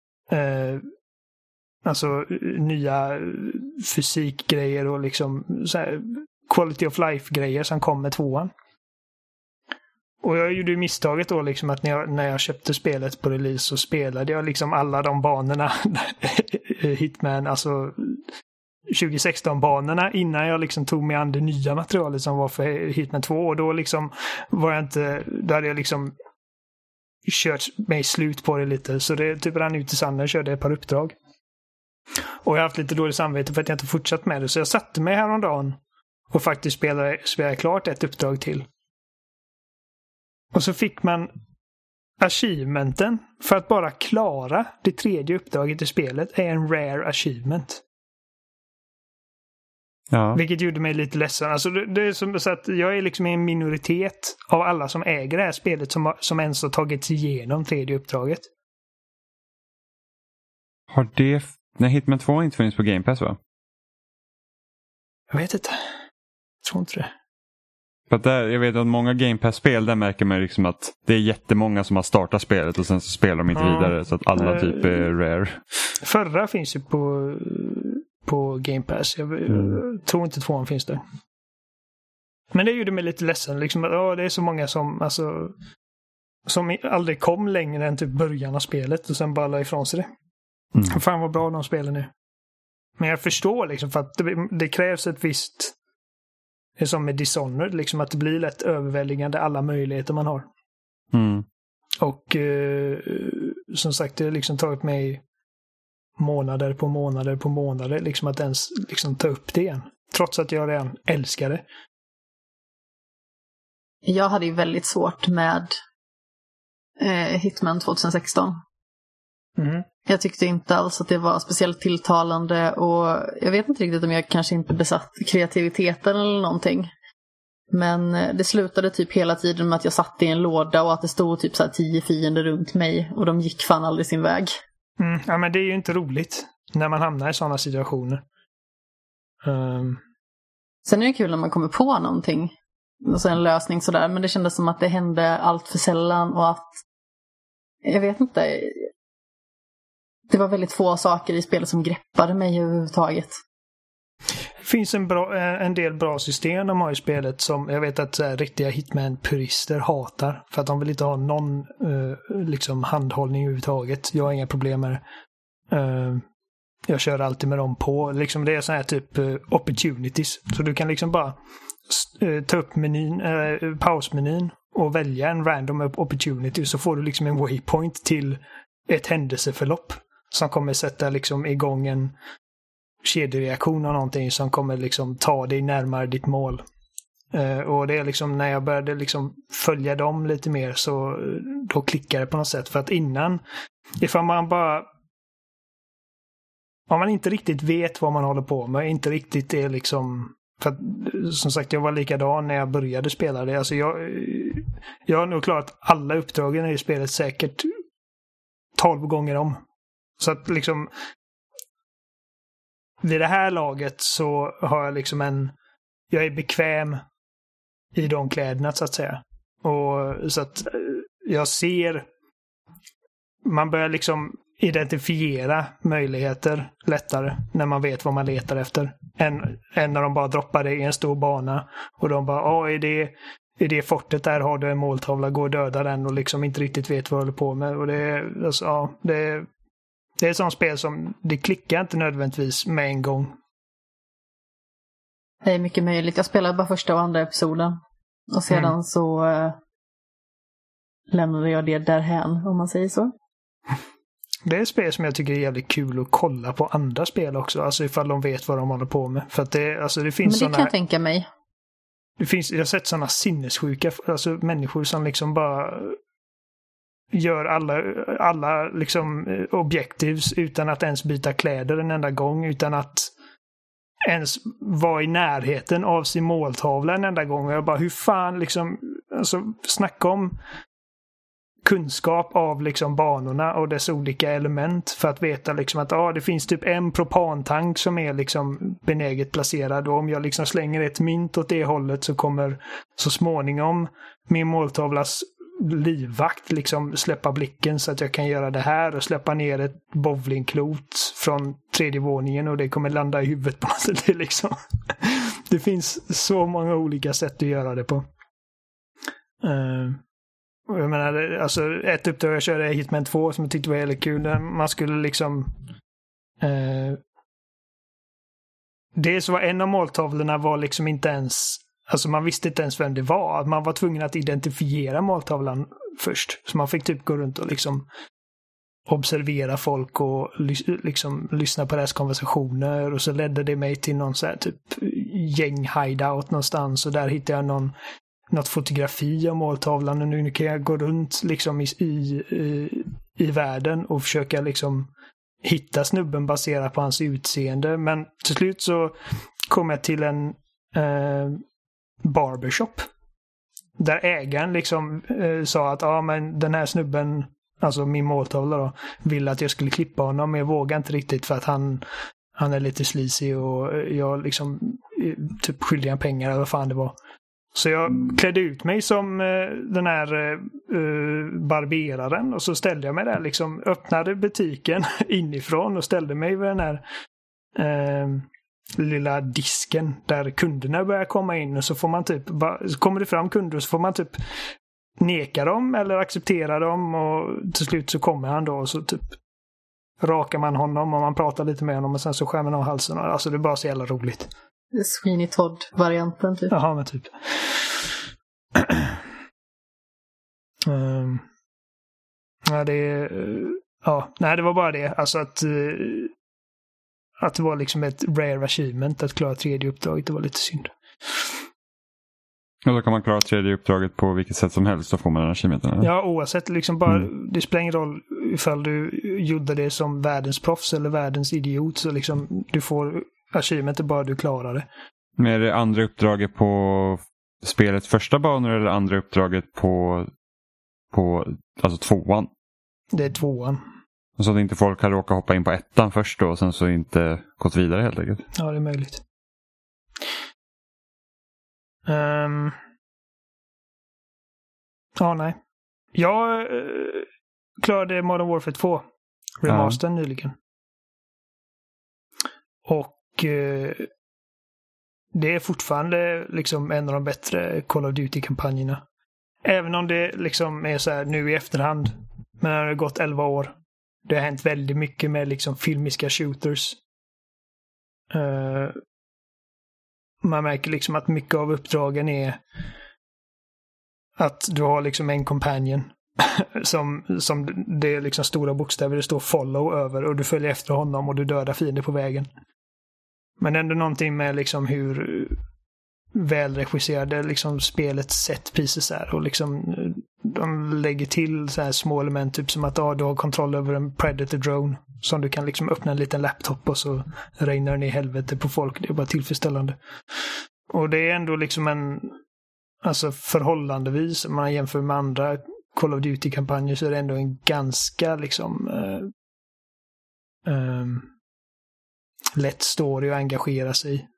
alltså nya fysikgrejer och liksom så här quality of life-grejer som kom med 2:an. Och jag gjorde ju misstaget då liksom att när jag köpte spelet på release så spelade jag liksom alla de banorna Hitman, alltså 2016-banorna innan jag liksom tog mig an det nya materialet som var för Hitman 2 och då liksom var jag inte, då hade jag liksom kört mig slut på det lite så det typ rann ut i sanden och körde ett par uppdrag. Och jag har haft lite dåligt samvete för att jag inte fortsatt med det så jag satte mig häromdagen och faktiskt spelade klart ett uppdrag till. Och så fick man achievementen för att bara klara det 3:e uppdraget i spelet är en rare achievement. Ja. Vilket gjorde mig lite ledsen. Alltså det är som så att jag är liksom en minoritet av alla som äger det här spelet som ens har tagit sig igenom 3:e uppdraget. Har det... Nej, Hitman 2 inte funnits på Game Pass, va? Jag vet inte. Jag tror inte det. För att där, jag vet att många Game Pass-spel, där märker man liksom att det är jättemånga som har startat spelet och sen så spelar de inte vidare. Så att alla typ är rare. Förra finns ju på Game Pass. Jag tror inte 2:an finns där. Men det gjorde mig lite ledsen. Liksom, det är så många som aldrig kom längre än typ början av spelet och sen bara la ifrån sig det. Fan vad bra de spelar nu. Men jag förstår liksom för att det krävs ett visst... Det är som med Dishonored, liksom att det blir lätt överväldigande alla möjligheter man har. Och som sagt, det har liksom tagit mig månader på månader liksom att ens liksom ta upp det igen. Trots att jag redan älskar det. Jag hade ju väldigt svårt med Hitman 2016. Jag tyckte inte alls att det var speciellt tilltalande och jag vet inte riktigt om jag kanske inte besatt kreativiteten eller någonting. Men det slutade typ hela tiden med att jag satt i en låda och att det stod typ så här 10 fiender runt mig och de gick fan aldrig sin väg. Ja, men det är ju inte roligt när man hamnar i sådana situationer. Sen är det kul när man kommer på någonting, alltså en lösning sådär, men det kändes som att det hände allt för sällan och att jag vet inte, det var väldigt få saker i spelet som greppade mig överhuvudtaget. Det finns en del bra system de har i spelet som jag vet att riktiga Hitman-purister hatar. För att de vill inte ha någon liksom handhållning överhuvudtaget. Jag har inga problem med det. Jag kör alltid med dem på. Liksom det är så här typ opportunities. Så du kan liksom bara ta upp pausmenyn och välja en random opportunity. Så får du liksom en waypoint till ett händelseförlopp som kommer sätta liksom igång en kedjereaktion av någonting som kommer liksom ta dig närmare ditt mål. Och det är liksom när jag började liksom följa dem lite mer så då klickar det på något sätt. För att innan, om man inte riktigt vet vad man håller på med, inte riktigt är liksom, för att, som sagt jag var likadan när jag började spela det. Alltså jag har nog klarat alla uppdragen i spelet säkert 12 gånger om. Så att liksom vid det här laget så har jag liksom jag är bekväm i de kläderna så att säga. Och så att jag ser man börjar liksom identifiera möjligheter lättare när man vet vad man letar efter. Än när de bara droppar det i en stor bana och de bara, i det fortet där har du en måltavla, gå och döda den och liksom inte riktigt vet vad du håller på med. Och det är, alltså, det är ett sånt spel som det klickar inte nödvändigtvis med en gång. Det är mycket möjligt. Jag spelade bara första och andra episoden. Och sedan så lämnade jag det därhän, om man säger så. Det är ett spel som jag tycker är jävligt kul att kolla på andra spel också. Alltså ifall de vet vad de håller på med. För att det finns men det såna, kan jag tänka mig. Jag har sett sådana sinnessjuka människor som liksom bara gör alla liksom objectives utan att ens byta kläder en enda gång. Utan att ens vara i närheten av sin måltavla en enda gång. Och jag bara, hur fan liksom, alltså snacka om kunskap av liksom banorna och dess olika element för att veta liksom att det finns typ en propantank som är liksom benäget placerad och om jag liksom slänger ett mynt åt det hållet så kommer så småningom min måltavlas livvakt liksom släppa blicken så att jag kan göra det här och släppa ner ett bowlingklot från 3:e våningen och det kommer landa i huvudet på något sätt. Det, liksom. Det finns så många olika sätt att göra det på. Jag menar, alltså ett uppdrag jag körde i Hitman 2 som jag tyckte var väldigt kul. Man skulle liksom dels var en av måltavlorna var liksom inte ens, alltså man visste inte ens vem det var. Man var tvungen att identifiera måltavlan först. Så man fick typ gå runt och liksom observera folk och liksom lyssna på deras konversationer och så ledde det mig till någon så här typ gäng-hideout någonstans och där hittade jag något fotografi av måltavlan och nu kan jag gå runt liksom i världen och försöka liksom hitta snubben baserat på hans utseende. Men till slut så kom jag till en barbershop där ägaren liksom sa att men den här snubben, alltså min måltavla då, ville att jag skulle klippa honom men jag vågar inte riktigt för att han är lite sleazy och jag liksom typ skyldig han pengar eller vad fan det var. Så jag klädde ut mig som den här barberaren och så ställde jag mig där liksom, öppnade butiken inifrån och ställde mig vid den här lilla disken där kunderna börjar komma in och så får man typ, så kommer det fram kunder och så får man typ neka dem eller acceptera dem och till slut så kommer han då och så typ rakar man honom och man pratar lite med honom och sen så skär man av halsen. Alltså det är bara så jävla roligt. Sweeney Todd-varianten typ. Jaha, men typ. Det var bara det. Alltså att det var liksom ett rare achievement att klara 3:e uppdraget. Det var lite synd. Och då kan man klara 3:e uppdraget på vilket sätt som helst, så får man den achievementen, eller? Ja, oavsett liksom bara, det spelar ingen roll ifall du gjorde det som världens proffs eller världens idiot, så liksom du får achievement bara du klarar det. Men är det andra uppdraget på spelets första banor eller andra uppdraget på alltså 2:an? Det är 2:an. Så att inte folk har råkat hoppa in på 1:an först då och sen så inte gått vidare helt enkelt. Ja, det är möjligt. Nej. Jag klarade Modern Warfare 2 remastern nyligen. Och det är fortfarande liksom en av de bättre Call of Duty-kampanjerna. Även om det liksom är så här nu i efterhand. Men det har gått 11 år. Det har hänt väldigt mycket med liksom filmiska shooters. Man märker liksom att mycket av uppdragen är att du har liksom en companion som det är liksom stora bokstäver, det står follow över och du följer efter honom och du dödar fiender på vägen. Men ändå någonting med liksom hur välregisserade liksom spelets set pieces är och liksom de lägger till så här små element typ som att du har kontroll över en Predator drone som du kan liksom öppna en liten laptop och så regnar den i helvete på folk. Det är bara tillfredsställande. Och det är ändå liksom alltså förhållandevis, om man jämför med andra Call of Duty-kampanjer så är det ändå en ganska liksom lätt story att engagera sig i.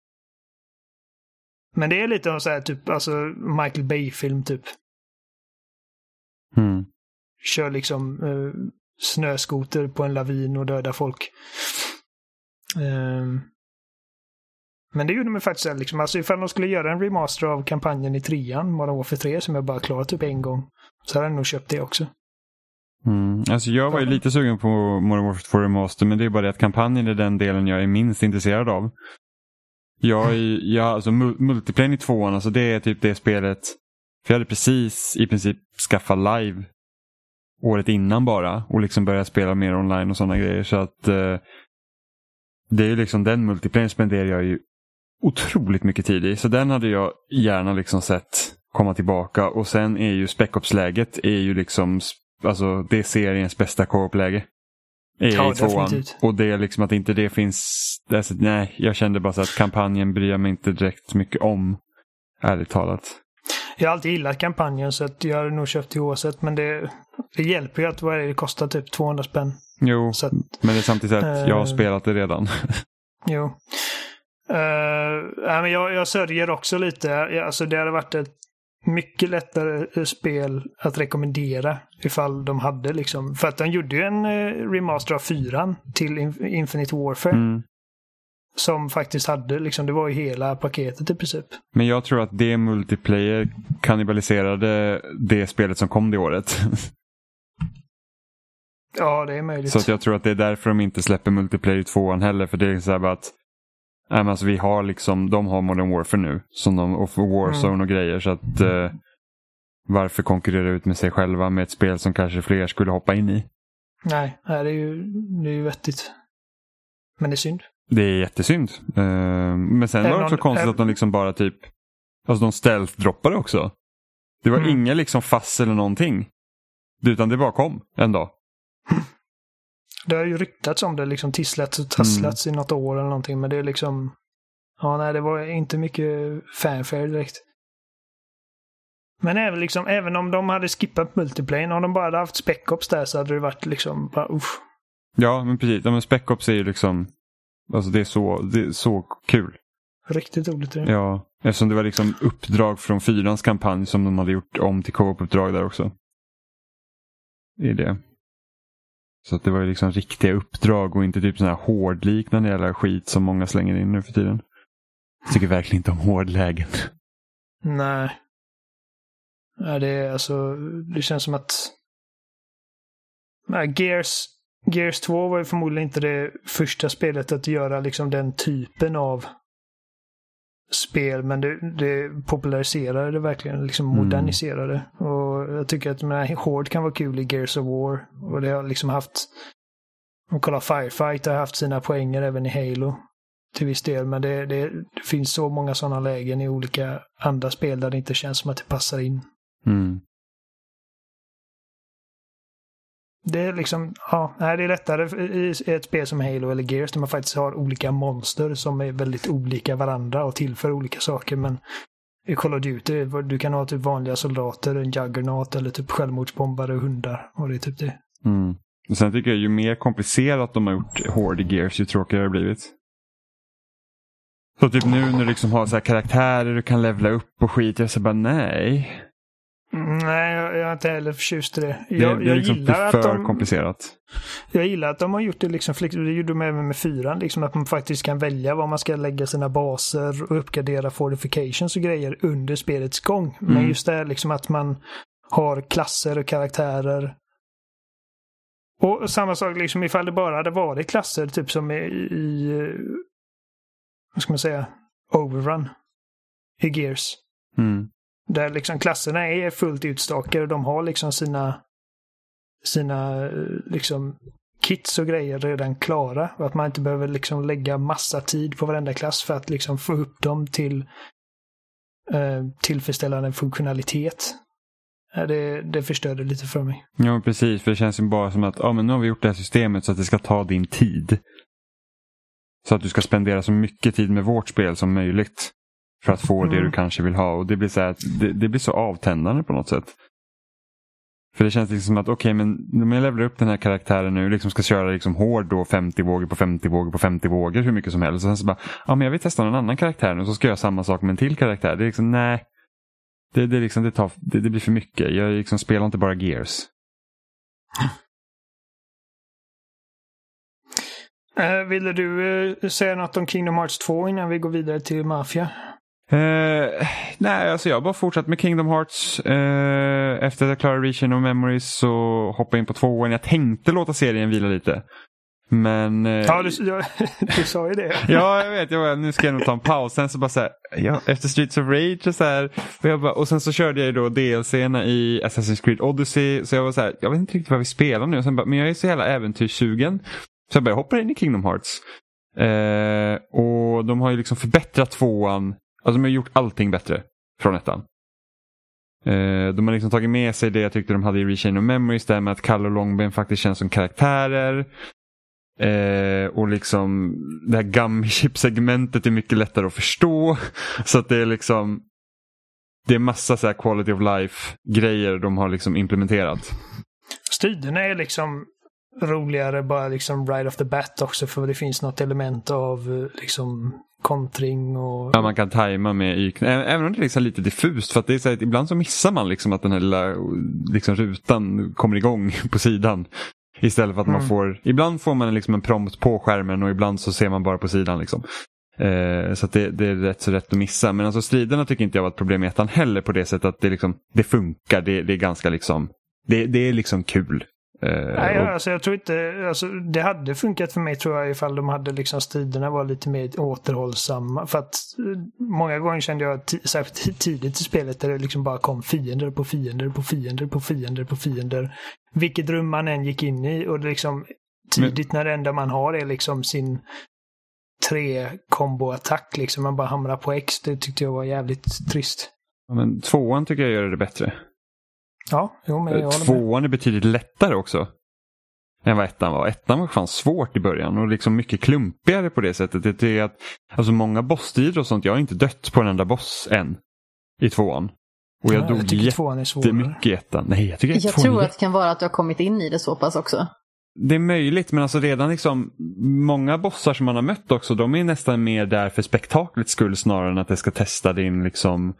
Men det är lite så här typ, alltså Michael Bay-film typ. kör liksom snöskoter på en lavin och dödar folk. Men det gjorde mig faktiskt liksom, alltså ifall de skulle göra en remaster av kampanjen i 3:an, Modern Warfare 3, som jag bara klarat typ en gång, så hade jag nog köpt det också. Alltså jag var ju lite sugen på Modern Warfare 2 Remaster, men det är bara det att kampanjen är den delen jag är minst intresserad av. Alltså multiplayer i 2:an, alltså det är typ det spelet, för jag hade precis i princip skaffat live året innan bara och liksom börjat spela mer online och sådana grejer, så att det är ju liksom den multiplayer spenderar jag ju otroligt mycket tid i, så den hade jag gärna liksom sett komma tillbaka. Och sen är ju Spec Ops-läget är ju liksom, alltså det är seriens bästa co-op-läge i 2:an. Och det är liksom att inte det finns, alltså, nej, jag kände bara så att kampanjen bryr mig inte direkt mycket om, ärligt talat. Jag har alltid gillat kampanjen, så att jag har nog köpt det oavsett, men det hjälper ju att det kostar typ 200 spänn. Jo, så att, men det är samtidigt att jag har spelat det redan. Jo. Men jag sörjer också lite. Alltså det hade varit ett mycket lättare spel att rekommendera ifall de hade liksom, för att de gjorde ju en remaster av 4:an till Infinite Warfare. Som faktiskt hade liksom, det var ju hela paketet i princip. Men jag tror att det multiplayer kannibaliserade det spelet som kom det året. Ja, det är möjligt. Så att jag tror att det är därför de inte släpper multiplayer i 2:an heller, för det är så här bara att alltså vi har liksom, de har Modern Warfare nu som de, och Warzone och grejer, så att varför konkurrera ut med sig själva med ett spel som kanske fler skulle hoppa in i? Nej, det är ju vettigt. Men det är synd. Det är jättesynd. Men sen var det också konstigt att de liksom bara typ, alltså de stealth-droppade också. Det var inga liksom fass eller någonting, utan det bara kom en dag. Det har ju ryktats om det, liksom tisslats och tasslats i något år eller någonting, men det är liksom, det var inte mycket fanfare direkt. Men även om de hade skippat multiplayer, om de bara hade haft Spec Ops där, så hade det varit liksom bara, uff. Ja, men precis. Ja, men Spec Ops är ju liksom, alltså det är så kul. Riktigt roligt det. Ja, eftersom det var liksom uppdrag från 4:ans kampanj som de hade gjort om till co-op-uppdrag där också. Det är det. Så att det var ju liksom riktiga uppdrag och inte typ sån här hårdliknande jävla skit som många slänger in nu för tiden. Jag tycker verkligen inte om hårdlägen. Nej. Det känns som att Gears 2 var ju förmodligen inte det första spelet att göra liksom den typen av spel, men det populariserade det verkligen, liksom moderniserade. Och jag tycker att hård kan vara kul i Gears of War, och det har liksom haft, om kolla Firefight har haft sina poänger även i Halo till viss del, men det finns så många sådana lägen i olika andra spel där det inte känns som att det passar in. Det är liksom, det är lättare i ett spel som Halo eller Gears där man faktiskt har olika monster som är väldigt olika varandra och tillför olika saker, men i Call of Duty, du kan ha typ vanliga soldater, en juggernaut eller typ självmordsbombare och hundar, och det är typ det. Och sen tycker jag ju mer komplicerat de har gjort hård i Gears, ju tråkigare det har blivit. Så typ nu när du liksom har så här karaktärer du kan levla upp och skit, jag säger bara nej. Nej, jag är inte heller förtjust i det. Det är liksom gillar för komplicerat. Jag gillar att de har gjort det liksom, det gjorde de även med 4:an, liksom att man faktiskt kan välja var man ska lägga sina baser och uppgradera fortifications och grejer under spelets gång. Men just det liksom att man har klasser och karaktärer. Och samma sak liksom ifall det bara hade varit klasser typ som i vad ska man säga, Overrun i Gears. Där liksom klasserna är fullt utstakade och de har liksom sina liksom kits och grejer redan klara, och att man inte behöver liksom lägga massa tid på varenda klass för att liksom få upp dem till tillfredsställande funktionalitet. Det förstörde lite för mig. Ja, precis, för det känns ju bara som att men nu har vi gjort det här systemet så att det ska ta din tid. Så att du ska spendera så mycket tid med vårt spel som möjligt för att få det du kanske vill ha. Och det blir så här, det blir så avtändande på något sätt. För det känns liksom som att okej, men om jag levlar upp den här karaktären nu, liksom ska köra liksom hård då 50 vågor på 50 vågor på 50 vågor hur mycket som helst. Och sen så bara, men jag vill testa någon annan karaktär nu, så ska jag göra samma sak med en till karaktär. Det är liksom, nej. Det blir för mycket. Jag liksom spelar inte bara Gears. Ville du säga något om Kingdom Hearts 2 innan vi går vidare till Mafia? Nej, alltså jag har bara fortsatt med Kingdom Hearts. Efter att jag klarade Region of Memories så hoppade jag in på 2:an. Jag tänkte låta serien vila lite. Men... Ja, du sa ju det. Ja, jag vet. Nu ska jag nog ta en paus. Sen så bara så här, efter Streets of Rage och så här. Och sen så körde jag ju då DLC:na i Assassin's Creed Odyssey. Så jag var så här, jag vet inte riktigt vad vi spelar nu. Och sen bara, men jag är så jävla äventyrssugen. Så jag bara hoppar in i Kingdom Hearts. Och de har ju liksom förbättrat 2:an. Alltså de har gjort allting bättre från 1:an. De har liksom tagit med sig det jag tyckte de hade i Region of Memories. Där med att Kalle och Longben faktiskt känns som karaktärer. Och liksom det här gummy chip-segmentet är mycket lättare att förstå. Så att det är liksom, det är massa så här quality of life grejer de har liksom implementerat. Striderna är liksom roligare bara liksom right off the bat också, för det finns något element av liksom kontring och... Ja, man kan tajma med även om det är liksom lite diffust, för att det är så här, ibland så missar man liksom att den här lilla liksom rutan kommer igång på sidan. Istället för att man får, ibland får man liksom en prompt på skärmen och ibland så ser man bara på sidan liksom. Så att det är rätt så rätt att missa. Men alltså striderna tycker inte jag var ett problem i 1:an heller, på det sättet att det liksom, det funkar, det är ganska liksom, det är liksom kul. Nej, alltså jag tror inte, alltså det hade funkat för mig tror jag ifall de hade liksom striderna var lite mer återhållsamma, för att många gånger kände jag särskilt tidigt i spelet där det liksom bara kom fiender på fiender på fiender på fiender på fiender, vilket rum man än gick in i, och det liksom tidigt när det enda man har är liksom sin 3-kombo-attack liksom, man bara hamrar på X, det tyckte jag var jävligt trist. Ja, men 2:an tycker jag gör det bättre. Ja, jo, men jag 2:an är betydligt lättare också än vad 1:an var. 1:an var fan svårt i början och liksom mycket klumpigare på det sättet. Det är att, alltså många bossstrider och sånt, jag har inte dött på den enda boss än i 2:an. Och jag dog jättemycket i 1:an. Nej, jag tycker jag tror att det kan vara att du har kommit in i det så pass också. Det är möjligt, men alltså redan liksom många bossar som man har mött också, de är nästan mer där för spektaklets skull snarare än att det ska testa din liksom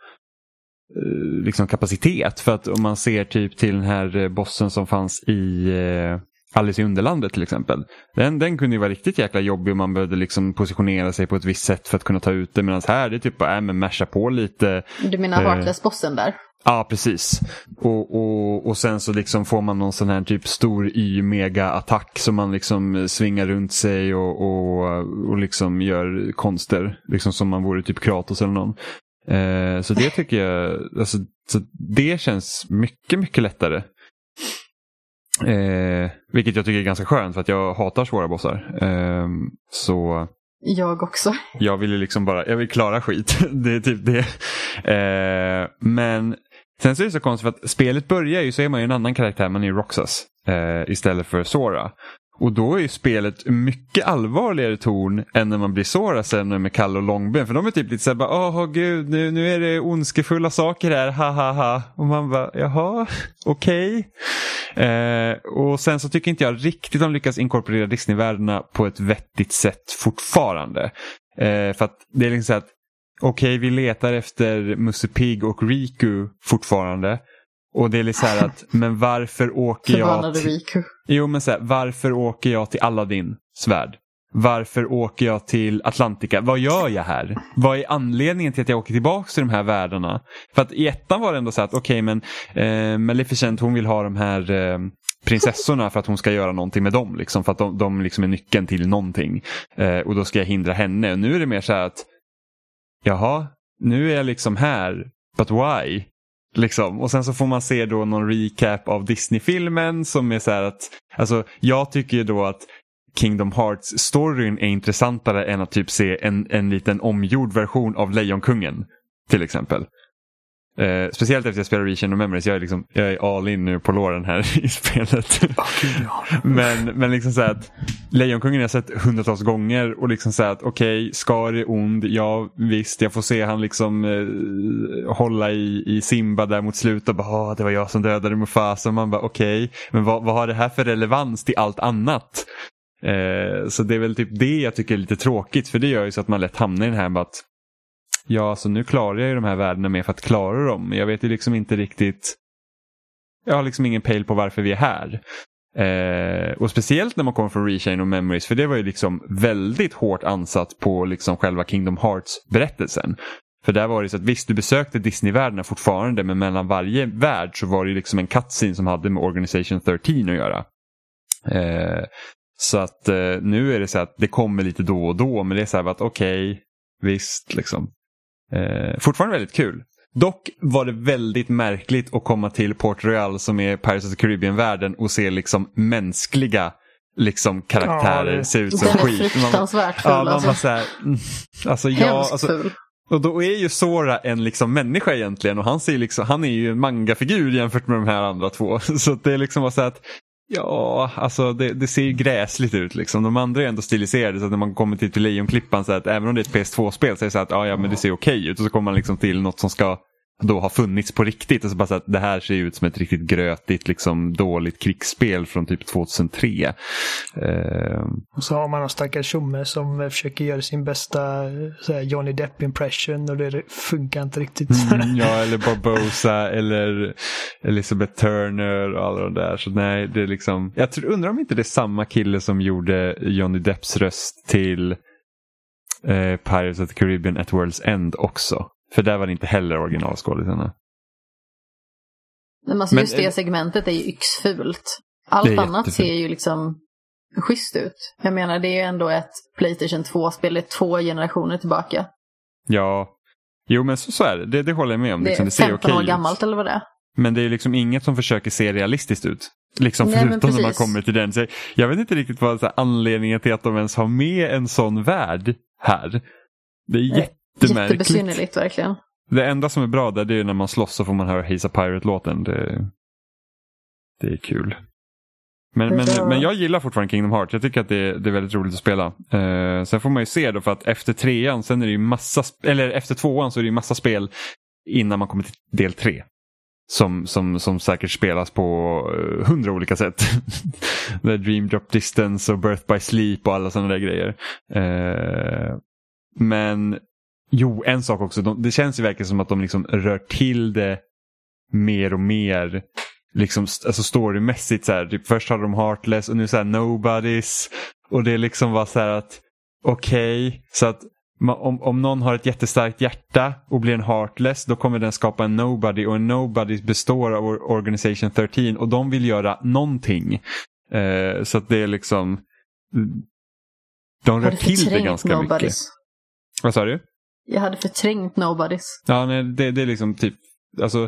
kapacitet. För att om man ser typ till den här bossen som fanns i Alice i Underlandet till exempel, den kunde ju vara riktigt jäkla jobbig och man behövde liksom positionera sig på ett visst sätt för att kunna ta ut det, medan här det är typ bara masha på lite. Du menar Heartless-bossen där? Ja, precis. Och sen så liksom får man någon sån här typ stor mega-attack som man liksom svingar runt sig och liksom gör konster liksom som man vore typ Kratos eller någon. Så det tycker jag, alltså, så det känns mycket, mycket lättare. Vilket jag tycker är ganska skönt, för att jag hatar svåra bossar. Så jag också. Jag vill liksom bara, jag vill klara skit. Det är typ det. Men sen så är det så konstigt, för att spelet börjar ju så är man ju en annan karaktär, man är ju Roxas istället för Sora. Och då är ju spelet mycket allvarligare ton än när man blir Sora sen med Kalle och Longben. För de är typ lite såhär, åh gud, nu är det ondskefulla saker här, ha ha ha. Och man bara, jaha, okej. Och sen så tycker inte jag riktigt de lyckas inkorporera Disney-världarna på ett vettigt sätt fortfarande. För att det är liksom så att, okej, vi letar efter Musse Pig och Riku fortfarande. Och det är lite så här att, men varför åker jag till... Riku. Jo, men så här, varför åker jag till Aladdins värld? Varför åker jag till Atlantica? Vad gör jag här? Vad är anledningen till att jag åker tillbaka till de här världarna? För att i 1:an var det ändå så att, okej, men Maleficent, hon vill ha de här prinsessorna för att hon ska göra någonting med dem. Liksom, för att de liksom är nyckeln till någonting. Och då ska jag hindra henne. Och nu är det mer så här att, jaha, nu är jag liksom här. But why? Liksom. Och sen så får man se då någon recap av Disney-filmen som är så här att, alltså jag tycker ju då att Kingdom Hearts-storyn är intressantare än att typ se en liten omgjord version av Lejonkungen till exempel. Speciellt efter att jag spelar Region of Memories. Jag är all in nu på låren här i spelet. Men liksom så att Lejonkungen har jag sett hundratals gånger och liksom så att okej, Scar är ond. Ja visst, jag får se han liksom hålla i Simba där mot slutet och bara, det var jag som dödade Mufasa. Och man bara okej, men vad har det här för relevans till allt annat? Så det är väl typ det jag tycker är lite tråkigt, för det gör ju så att man lätt hamnar i den här med att ja, så nu klarar jag ju de här värdena med för att klara dem. Jag vet ju liksom inte riktigt, jag har liksom ingen pejl på varför vi är här. Och speciellt när man kommer från Rechain och Memories, för det var ju liksom väldigt hårt ansatt på liksom själva Kingdom Hearts-berättelsen. För där var det så att visst, du besökte Disney-världarna fortfarande, men mellan varje värld så var det ju liksom en cutscene som hade med Organization 13 att göra. Så att nu är det så att det kommer lite då och då, men det är så här att okej, visst liksom. Fortfarande väldigt kul. Dock var det väldigt märkligt att komma till Port Royal som är Pirates of the Caribbean-världen och se liksom mänskliga liksom karaktärer se ut som skit. Den är fruktansvärt full. Man var så här, full. Och då är ju Sora en liksom människa egentligen, och han är ju en manga-figur jämfört med de här andra två. Så det är liksom var så att alltså det ser ju gräsligt ut liksom. De andra är ändå stiliserade, så att när man kommer till Lejonklippan så att även om det är ett PS2-spel så är det så att ja men det ser okej ut, och så kommer man liksom till något som ska då ha funnits på riktigt, och så bara så att det här ser ut som ett riktigt grötigt liksom dåligt krigsspel från typ 2003. Och så har man en stackars tjomme som försöker göra sin bästa Johnny Depp impression, och det funkar inte riktigt. Eller Barbosa eller Elizabeth Turner och alla de där. Så nej, det är liksom, undrar om inte det är samma kille som gjorde Johnny Depps röst till Pirates of the Caribbean at World's End också. För där var det inte heller originalskådisarna. Men alltså just det segmentet är ju yxfult. Allt annat ser ju liksom schysst ut. Jag menar, det är ju ändå ett PlayStation 2-spel 2 generationer tillbaka. Ja. Jo, men så är det. Det håller jag med om. Det är liksom, det ser 15 år gammalt eller vad det är. Men det är liksom inget som försöker se realistiskt ut. Liksom förutom när man kommer till den. Så jag vet inte riktigt vad anledningen till att de ens har med en sån värld här. Det är jättebesynnerligt verkligen. Det enda som är bra där, det är när man slåss så får man höra He's a Pirate-låten. Det är kul. Men jag gillar fortfarande Kingdom Hearts. Jag tycker att det är väldigt roligt att spela. Sen får man ju se då, för att efter 3:an sen är det ju efter 2:an så är det ju massa spel innan man kommer till del 3. Som säkert spelas på 100 olika sätt. Dream Drop Distance och Birth by Sleep och alla sådana där grejer. Men en sak också, det känns ju verkligen som att de liksom rör till det mer och mer liksom, alltså storymässigt så här, typ först hade de Heartless och nu så här Nobodies, och det liksom var så här att okej, så att om någon har ett jättestarkt hjärta och blir en Heartless, då kommer den skapa en Nobody, och en Nobody består av Organization 13 och de vill göra någonting. Så att det är liksom de rör till det ganska mycket. Vad sa du? Jag hade förträngt Nobodies. Ja, nej, det är liksom typ, alltså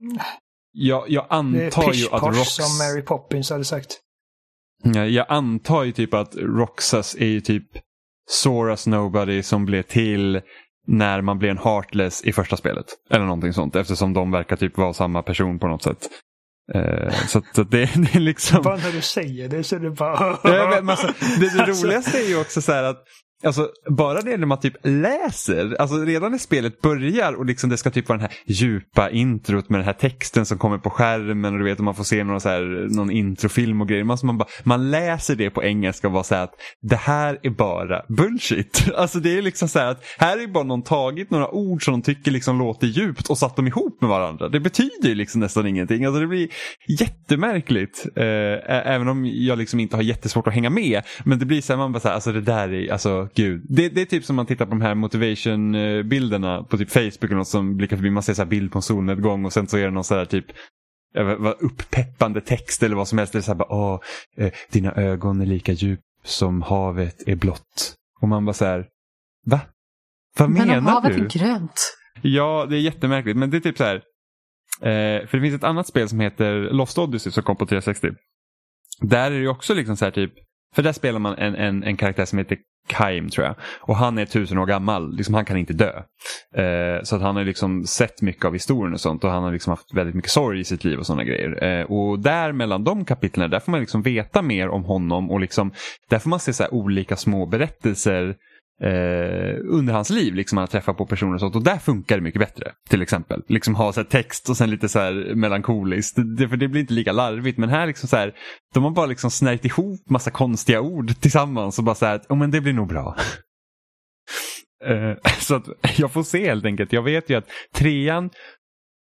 jag antar ju att Rox, som Mary Poppins hade sagt. Ja, jag antar ju typ att Roxas är ju typ Soras Nobody som blev till när man blev en Heartless i första spelet. Eller någonting sånt, eftersom de verkar typ vara samma person på något sätt. Så det är liksom... Bara när du säger det så är det bara... det roligaste är ju också så här att alltså, bara det när man typ läser, alltså redan när spelet börjar och liksom det ska typ vara den här djupa introt med den här texten som kommer på skärmen, och du vet, man får se någon introfilm och grejer, man läser det på engelska och bara säga att det här är bara bullshit. Alltså det är liksom så här att här är bara någon tagit några ord som de tycker liksom låter djupt och satt dem ihop med varandra. Det betyder ju liksom nästan ingenting. Alltså det blir jättemärkligt, även om jag liksom inte har jättesvårt att hänga med, men det blir så här, man bara så här, alltså det där är, alltså gud. Det är typ som man tittar på de här motivation-bilderna på typ Facebook eller något som blickar förbi. Man ser så här bild på en solnedgång och sen så är det någon så här typ upppeppande text eller vad som helst. Det är så här bara, dina ögon är lika djup som havet är blått. Och man bara så här, va? Vad menar du? Men havet är grönt. Ja, det är jättemärkligt. Men det är typ så här, för det finns ett annat spel som heter Lost Odyssey som kom på 360. Där är det ju också liksom så här typ, för där spelar man en karaktär som heter Kaim, tror jag. Och han är 1000 år gammal. Liksom, han kan inte dö. Så att han har liksom sett mycket av historien och sånt. Och han har liksom haft väldigt mycket sorg i sitt liv och sådana grejer. Och där mellan de kapitlen, där får man liksom veta mer om honom. Och liksom, där får man se så här olika små berättelser under hans liv, liksom han träffar på personer och sånt, och där funkar det mycket bättre, till exempel liksom ha så här text och sen lite så här melankoliskt, för det blir inte lika larvigt, men här liksom så här, de har bara liksom snärjt ihop massa konstiga ord tillsammans och bara så här, men det blir nog bra. Så att jag får se helt enkelt. Jag vet ju att 3:an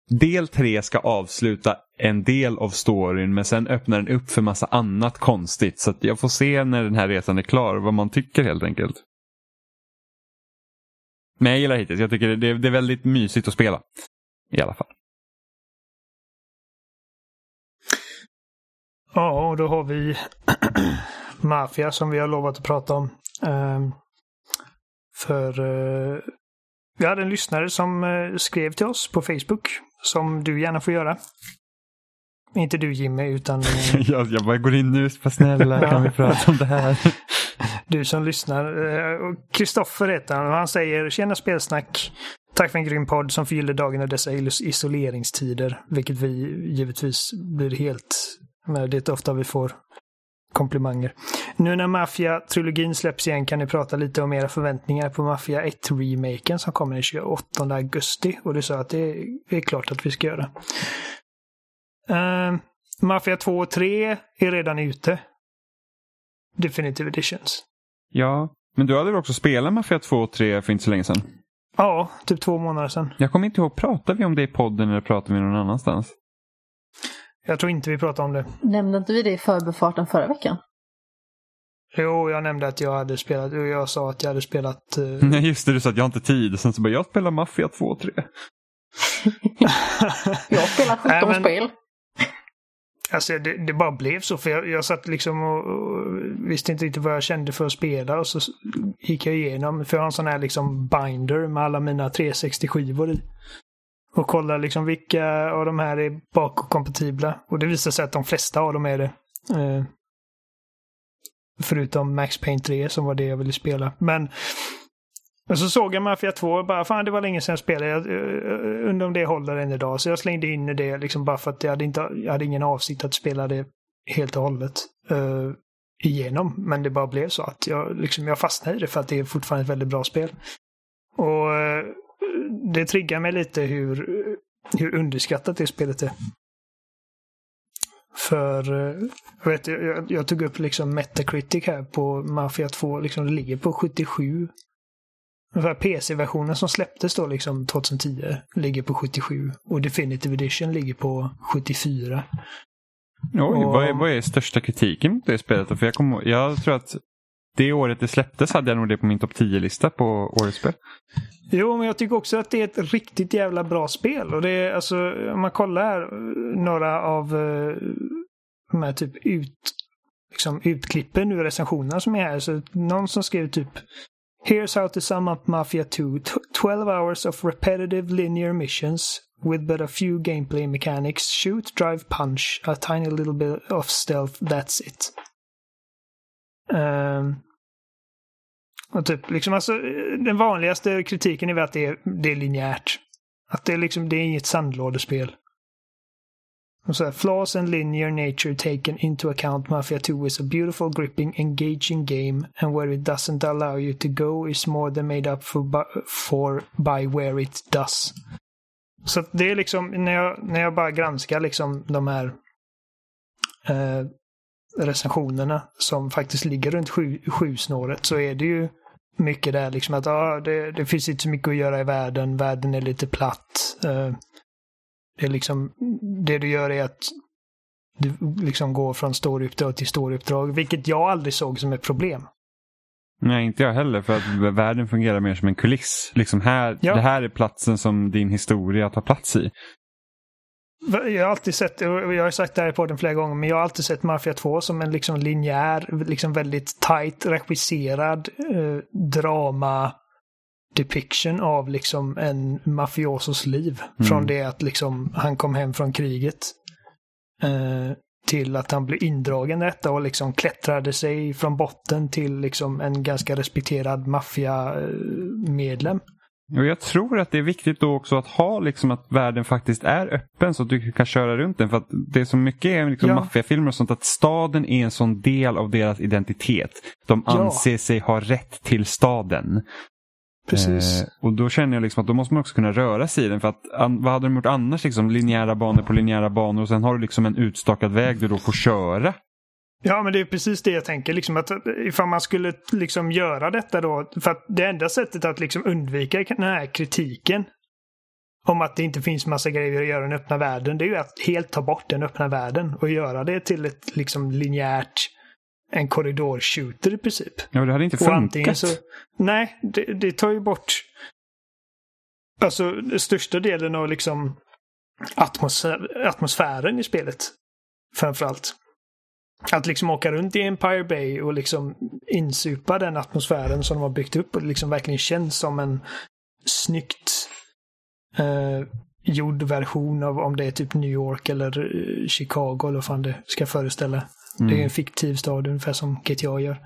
del 3 ska avsluta en del av storyn, men sen öppnar den upp för massa annat konstigt. Så att jag får se när den här resan är klar vad man tycker helt enkelt. Men jag gillar hittills. Jag tycker det är väldigt mysigt att spela. I alla fall. Ja, och då har vi Mafia som vi har lovat att prata om. Vi hade en lyssnare som skrev till oss på Facebook, som du gärna får göra. Inte du Jimmy, utan... jag bara går in nu, för snälla, kan vi prata om det här? Du som lyssnar. Kristoffer heter han och han säger: tjena spelsnack. Tack för en grym podd som förgyller dagen i dessa isoleringstider. Vilket vi givetvis blir helt... Men det är ofta vi får komplimanger. Nu när Mafia-trilogin släpps igen kan ni prata lite om era förväntningar på Mafia 1-remaken som kommer den 28 augusti. Och du sa att det är klart att vi ska göra. Mafia 2 och 3 är redan ute. Definitive Editions. Ja, men du hade väl också spelat Mafia 2 och 3 för inte så länge sedan? Ja, typ 2 månader sedan. Jag kommer inte ihåg, pratade vi om det i podden eller pratade vi någon annanstans? Jag tror inte vi pratade om det. Nämnde inte vi det i förbefarten förra veckan? Jo, jag nämnde att jag hade spelat, och jag sa att jag hade spelat... Nej, just det, du sa att jag har inte tid. Sen så bara, jag spelar Mafia 2 och 3. Jag spelar 17 spel. Alltså det bara blev så, för jag satt liksom och visste inte riktigt vad jag kände för att spela, och så gick jag igenom, för jag har en sån här liksom binder med alla mina 360-skivor i. Och kolla liksom vilka av de här är bakåtkompatibla. Och det visar sig att de flesta av dem är det. Förutom Max Payne 3 som var det jag ville spela. Men och så såg jag Mafia 2 och bara, fan det var länge sedan jag spelade. Jag undrar om det håller än idag. Så jag slängde in i det liksom bara för att jag hade ingen avsikt att spela det helt och hållet igenom. Men det bara blev så att jag fastnade i det för att det är fortfarande ett väldigt bra spel. Och det triggar mig lite hur underskattat det spelet är. För jag tog upp liksom Metacritic här på Mafia 2, liksom det ligger på 77. PC-versionen som släpptes då liksom 2010 ligger på 77 och Definitive Edition ligger på 74. Oj, vad är största kritiken mot det spelet? För jag tror att det året det släpptes hade jag nog det på min topp 10-lista på årets spel. Jo, men jag tycker också att det är ett riktigt jävla bra spel. Och det är alltså, om man kollar några av de här typ utklippen ur recensionerna som är här. Så någon som skrev typ: Here's how to sum up Mafia 2. 12 hours of repetitive linear missions with but a few gameplay mechanics. Shoot, drive, punch. A tiny little bit of stealth. That's it. Och typ liksom alltså den vanligaste kritiken är väl att det är linjärt. Att det är inget sandlådespel. Och så här, flaws and linear nature taken into account, Mafia 2 is a beautiful, gripping, engaging game, and where it doesn't allow you to go is more than made up for by where it does. Så det är liksom när jag bara granskar liksom de här recensionerna som faktiskt ligger runt 7-snåret, så är det ju mycket där liksom att det finns inte så mycket att göra i världen är lite platt. Det är liksom, det du gör är att du liksom går från storyuppdrag till storyuppdrag, vilket jag aldrig såg som ett problem. Nej, inte jag heller, för att världen fungerar mer som en kuliss. Liksom här, ja. Det här är platsen som din historia tar plats i. Jag har alltid sett, och jag har sagt det här på den flera gånger, men jag har alltid sett Mafia 2 som en liksom linjär, liksom väldigt tight regisserad drama depiction av liksom en mafiosos liv. Från det att liksom han kom hem från kriget till att han blev indragen i detta och liksom klättrade sig från botten till liksom en ganska respekterad maffiamedlem. Och jag tror att det är viktigt då också att ha liksom att världen faktiskt är öppen så att du kan köra runt den, för att det är så mycket liksom maffiafilmer och sånt, att staden är en sån del av deras identitet. De anser sig ha rätt till staden. Precis. Och då känner jag liksom att då måste man också kunna röra sig i den, för att vad hade de gjort annars liksom, linjära banor på linjära banor och sen har du liksom en utstakad väg du då får köra. Ja, men det är precis det jag tänker liksom, att ifall man skulle liksom göra detta då, för att det enda sättet att liksom undvika den här kritiken om att det inte finns massa grejer att göra i den öppna världen, det är ju att helt ta bort den öppna världen och göra det till ett liksom linjärt, en korridor-shooter i princip. Ja, det hade inte funkat. Nej, det tar ju bort alltså den största delen av liksom atmosfären i spelet. Framförallt. Att liksom åka runt i Empire Bay och liksom insupa den atmosfären som de har byggt upp och det liksom verkligen känns som en snyggt gjord version av om det är typ New York eller Chicago eller vad fan det ska föreställa. Det är en fiktiv stad ungefär som GTA gör.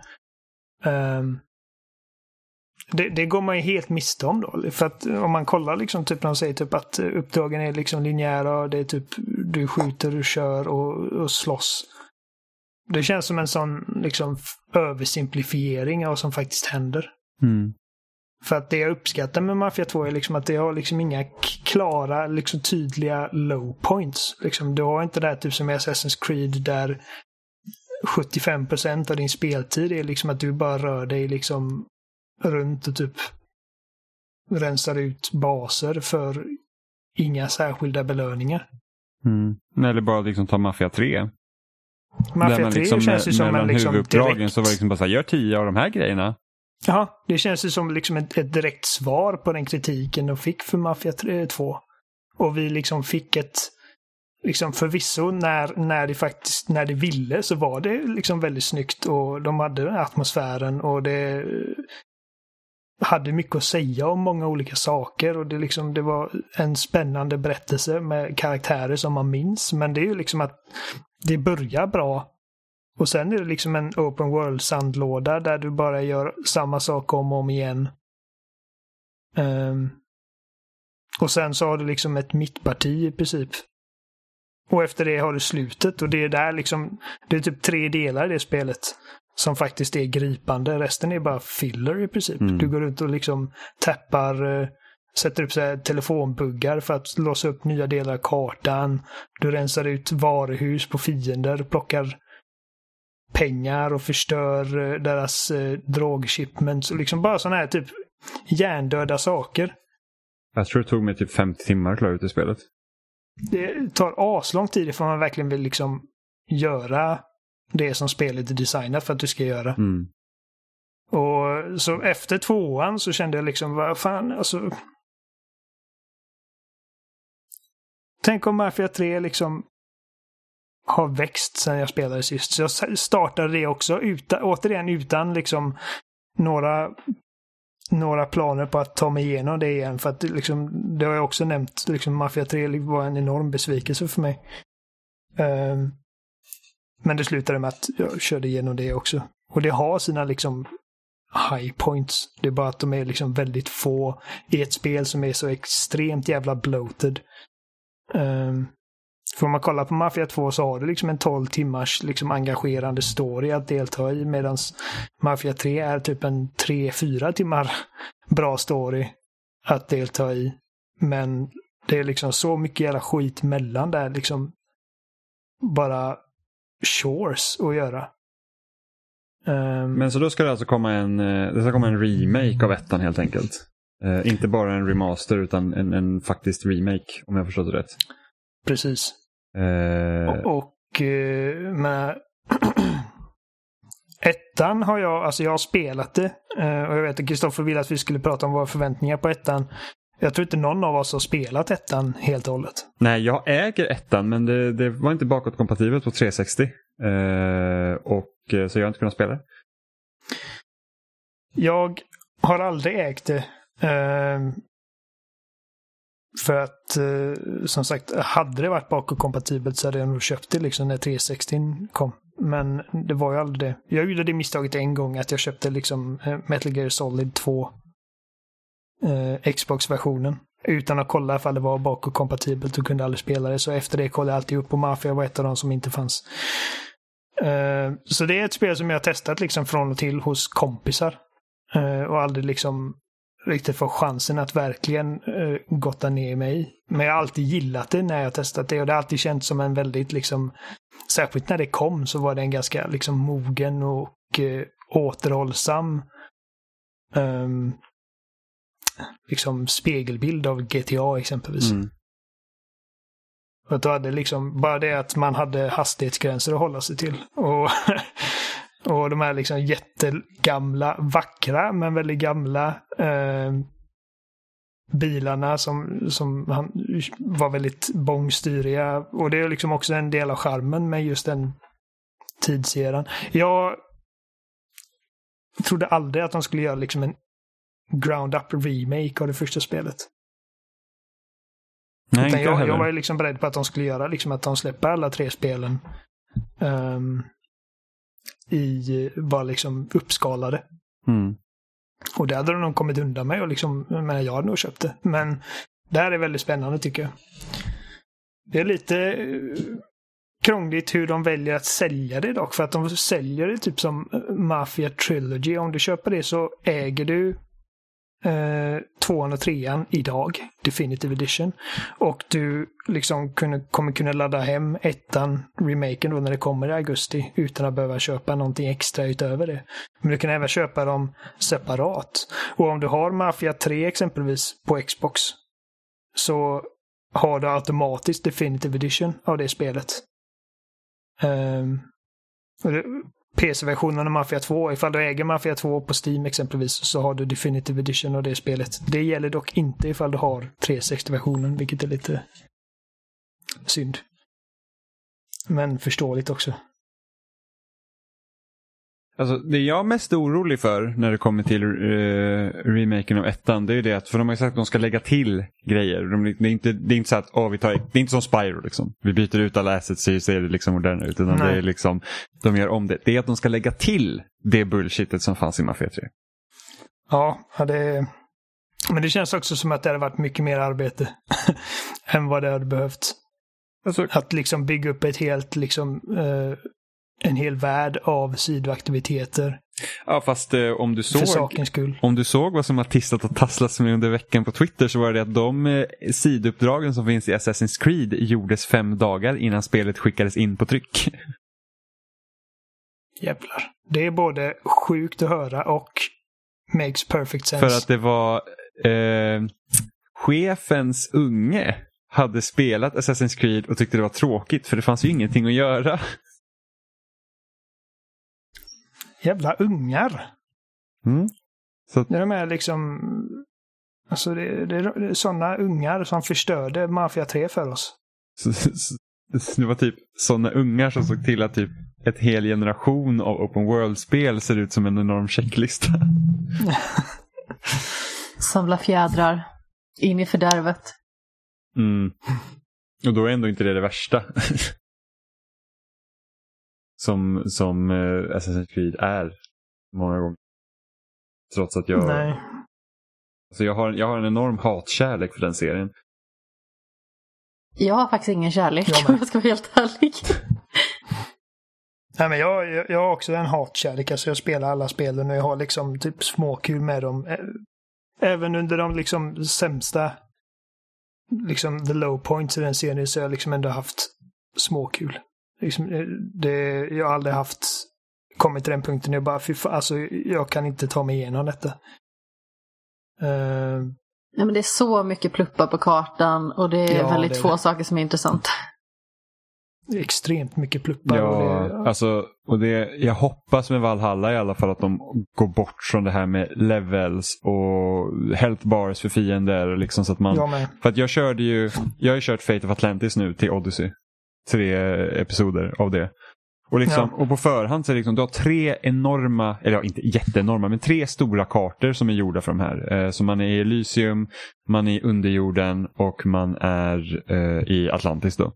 Det går man ju helt miste om då. För att om man kollar liksom typ när de säger typ att uppdragen är liksom linjära och det är typ du skjuter, du kör och slåss. Det känns som en sån liksom översimplifiering av vad som faktiskt händer. För att det jag uppskattar med Mafia 2 är liksom att det har liksom inga klara, liksom tydliga low points. Liksom, du har inte det här typ som i Assassin's Creed där 75% av din speltid är liksom att du bara rör dig liksom runt och typ rensar ut baser för inga särskilda belöningar. Eller bara liksom ta Mafia 3. Mafia 3 liksom, känns ju som en liksom huvuduppdragen direkt... så var det liksom bara så här, gör 10 av de här grejerna. Ja, det känns ju som liksom ett direkt svar på den kritiken de fick för Mafia 2. Och vi liksom fick ett liksom förvisso när det ville så var det liksom väldigt snyggt och de hade den atmosfären och det hade mycket att säga om många olika saker och det var en spännande berättelse med karaktärer som man minns, men det är ju liksom att det börjar bra och sen är det liksom en open world sandlåda där du bara gör samma sak om och om igen. Och sen så har du liksom ett mittparti i princip. Och efter det har du slutet och det är där liksom, det är typ 3 delar i det spelet som faktiskt är gripande. Resten är bara filler i princip. Du går ut och liksom tappar, sätter upp så här telefonbuggar för att låsa upp nya delar av kartan. Du rensar ut varuhus på fiender, plockar pengar och förstör deras drogshipments och liksom bara sådana här typ hjärndöda saker. Jag tror det tog mig typ 50 timmar att klara ut i spelet. Det tar aslång tid ifall man verkligen vill liksom göra det som spelet är designat för att du ska göra. Och så efter 2:an så kände jag liksom, vad fan, alltså... Tänk om Mafia 3 liksom har växt sen jag spelade sist. Så jag startade det också återigen utan liksom några planer på att ta mig igenom det igen. För att liksom, det har jag också nämnt, liksom Mafia 3 var en enorm besvikelse för mig. Men det slutade med att jag körde igenom det också. Och det har sina liksom high points. Det är bara att de är liksom väldigt få i ett spel som är så extremt jävla bloated. För om man kollar på Mafia 2 så har du liksom en 12 timmars liksom engagerande story att delta i, medan Mafia 3 är typ en 3-4 timmar bra story att delta i. Men det är liksom så mycket jävla skit mellan där liksom bara chores att göra. Men så då ska det alltså komma en remake av ettan helt enkelt. Inte bara en remaster utan en faktisk remake, om jag förstått det rätt. Precis. Med ettan har jag har spelat det och jag vet att Kristoffer ville att vi skulle prata om våra förväntningar på ettan. Jag tror inte någon av oss har spelat ettan helt och hållet. Nej, jag äger ettan men det var inte bakåtkompatibelt på 360 så jag har inte kunnat spela det. Jag har aldrig ägt det. För att, som sagt, hade det varit bakåtkompatibelt så hade jag nog köpt det liksom när 360 kom. Men det var ju aldrig det. Jag gjorde det misstaget en gång att jag köpte liksom Metal Gear Solid 2 Xbox-versionen. Utan att kolla ifall det var bakåtkompatibelt och kunde aldrig spela det. Så efter det kollade jag alltid upp på Mafia var ett av dem som inte fanns. Så det är ett spel som jag har testat liksom från och till hos kompisar. Och aldrig liksom riktigt få chansen att verkligen gotta ner mig. Men jag har alltid gillat det när jag har testat det. Och det har alltid känts som en väldigt liksom, särskilt när det kom så var det en ganska liksom mogen och återhållsam liksom spegelbild av GTA exempelvis. För att då hade liksom bara det att man hade hastighetsgränser att hålla sig till. Och de här liksom jättegamla, vackra men väldigt gamla bilarna som var väldigt bångstyriga. Och det är liksom också en del av charmen med just den tidseran. Jag trodde aldrig att de skulle göra liksom en ground-up remake av det första spelet. Nej, jag var ju liksom beredd på att de skulle göra liksom att de släpper alla 3 spelen var liksom uppskalade. Och det hade de nog kommit undan med och liksom, men jag hade nog köpt det. Men det här är väldigt spännande tycker jag. Det är lite krångligt hur de väljer att sälja det dock. För att de säljer det typ som Mafia Trilogy. Om du köper det så äger du 2:an och 3:an idag, Definitive Edition. Och du liksom kommer kunna ladda hem 1:an, remaken då när det kommer i augusti utan att behöva köpa någonting extra utöver det. Men du kan även köpa dem separat. Och om du har Mafia 3 exempelvis på Xbox så har du automatiskt Definitive Edition av det spelet. PC-versionen av Mafia 2, ifall du äger Mafia 2 på Steam exempelvis så har du Definitive Edition av det spelet. Det gäller dock inte ifall du har 360-versionen, vilket är lite synd. Men förståeligt också. Alltså, det jag är mest orolig för när det kommer till remaken av 1:an, det är ju det att, för de har ju sagt att de ska lägga till grejer. Det är inte så att det är inte som Spyro liksom. Vi byter ut alla assets så ser det liksom moderna ut, utan det är liksom, de gör om det. Det är att de ska lägga till det bullshitet som fanns i Mafia 3. Ja, men det känns också som att det hade varit mycket mer arbete än vad det hade behövt. Alltså, att liksom bygga upp ett helt liksom en hel värld av sidoaktiviteter. Ja, fast om du såg vad som har tissat och tasslats med under veckan på Twitter, så var det att de sidouppdragen som finns i Assassin's Creed gjordes 5 dagar innan spelet skickades in på tryck. Jävlar. Det är både sjukt att höra och makes perfect sense. För att det var chefens unge hade spelat Assassin's Creed och tyckte det var tråkigt för det fanns ju ingenting att göra. Jävla ungar. Så det är de här liksom, alltså det är sådana ungar som förstörde Mafia 3 för oss. Det var typ sådana ungar som såg till att typ ett hel generation av open world-spel ser ut som en enorm checklista. Samla fjädrar in i fördärvet. Och då är ändå inte det värsta. som Assassin's Creed är många gånger. Trots att jag... Nej. Alltså jag har en enorm hatkärlek för den serien. Jag har faktiskt ingen kärlek, om jag ska vara helt ärlig. Nej, men jag har också en hatkärlek. Alltså jag spelar alla spelen och jag har liksom typ småkul med dem. Även under de liksom sämsta, liksom the low points i den serien, så har jag liksom ändå haft småkul. Liksom, jag har aldrig kommit till den punkten. Jag bara, alltså jag kan inte ta mig igenom detta. Ja, men det är så mycket pluppar på kartan och det är väldigt få saker som är intressanta. Extremt mycket pluppar. Ja, jag hoppas med Valhalla i alla fall att de går bort från det här med levels och health bars för fiender liksom, så att man, för att jag har kört Fate of Atlantis nu till Odyssey, 3 episoder av det. Och, liksom, och på förhand så är det liksom, du har 3 enorma, eller ja, inte jätteenorma, men 3 stora kartor som är gjorda för de här. Så man är i Elysium, man är i underjorden och man är i Atlantis då.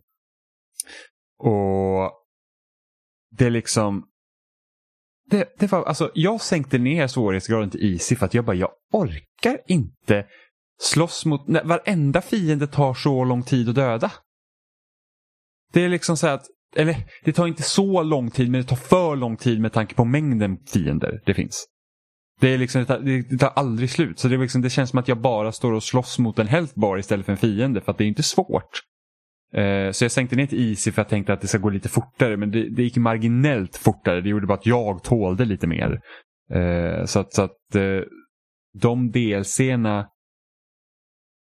Och det är liksom, det var, alltså jag sänkte ner svårighetsgraden till easy för att jag orkar inte slåss mot, varenda fiende tar så lång tid att döda. Det är liksom så att, eller det tar inte så lång tid, men det tar för lång tid med tanke på mängden fiender det finns. Det är liksom, det tar aldrig slut. Så det är liksom, det känns som att jag bara står och slåss mot en health bar istället för en fiende, för att det är inte svårt. Så jag sänkte ner till easy för att jag tänkte att det ska gå lite fortare, men det gick marginellt fortare. Det gjorde bara att jag tålde lite mer. Så att de DLC-erna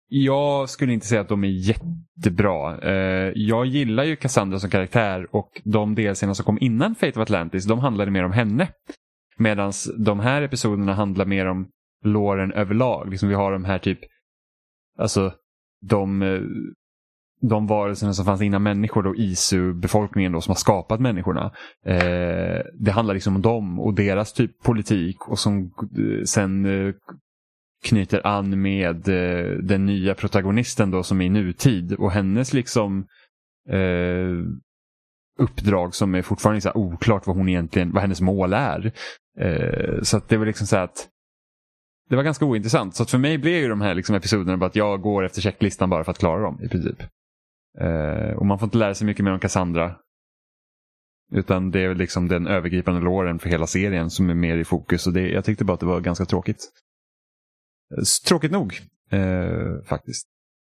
Jag skulle inte säga att de är jättebra. Jag gillar ju Cassandra som karaktär och de delserna som kom innan Fate of Atlantis, de handlade mer om henne. Medan de här episoderna handlar mer om låren överlag. Liksom vi har de här typ, alltså de varelserna som fanns innan människor då, Isu-befolkningen då, som har skapat människorna. Det handlar liksom om dem och deras typ politik och som sen knyter an med den nya protagonisten då som är i nutid och hennes liksom uppdrag som är fortfarande så här oklart vad hennes mål är. Så att det var liksom så att det var ganska ointressant. Så att för mig blev ju de här liksom episoderna bara att jag går efter checklistan bara för att klara dem i princip. Och man får inte lära sig mycket mer om Cassandra. Utan det är liksom den övergripande låren för hela serien som är mer i fokus. Och jag tyckte bara att det var ganska tråkigt. Tråkigt nog, faktiskt.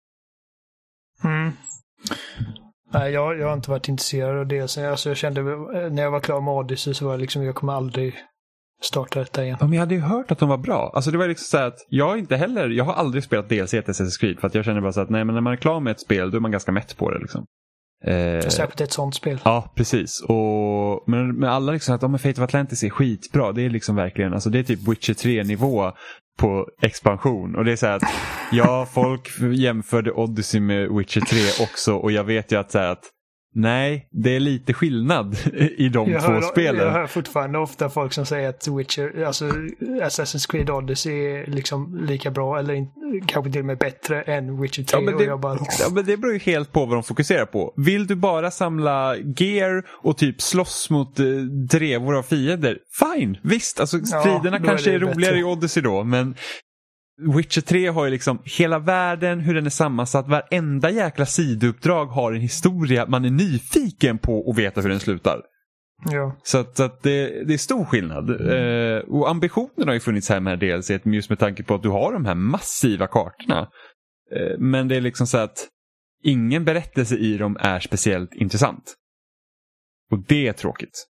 Nej, jag har inte varit intresserad av det. Alltså, jag kände när jag var klar med Odyssey så var det liksom, jag kommer aldrig starta detta igen. Ja, men jag hade ju hört att de var bra. Alltså det var liksom så att jag har aldrig spelat DLC till Assassin's Creed för att jag känner bara så att nej, men när man är klar med ett spel då är man ganska mätt på det liksom. Särskilt ett sånt spel. Ja, precis. Men alla liksom att Fate of Atlantis är skitbra. Det är liksom verkligen, alltså det är typ Witcher 3-nivå på expansion. Och det är så här att folk jämförde Odyssey med Witcher 3 också. Och jag vet ju att nej, det är lite skillnad i de två spelen. Jag hör fortfarande ofta folk som säger att Witcher, alltså Assassin's Creed Odyssey är liksom lika bra eller kanske till och med bättre än Witcher 3. Men det beror ju helt på vad de fokuserar på. Vill du bara samla gear och typ slåss mot drevor av fiender? Fine, visst. Alltså striderna kanske är roligare bättre i Odyssey då, men Witcher 3 har ju liksom hela världen, hur den är sammansatt. Varenda jäkla sidouppdrag har en historia man är nyfiken på att veta hur den slutar. Ja. Så att det är stor skillnad. Och ambitionen har ju funnits här med DLC just med tanke på att du har de här massiva kartorna. Men det är liksom så att ingen berättelse i dem är speciellt intressant. Och det är tråkigt.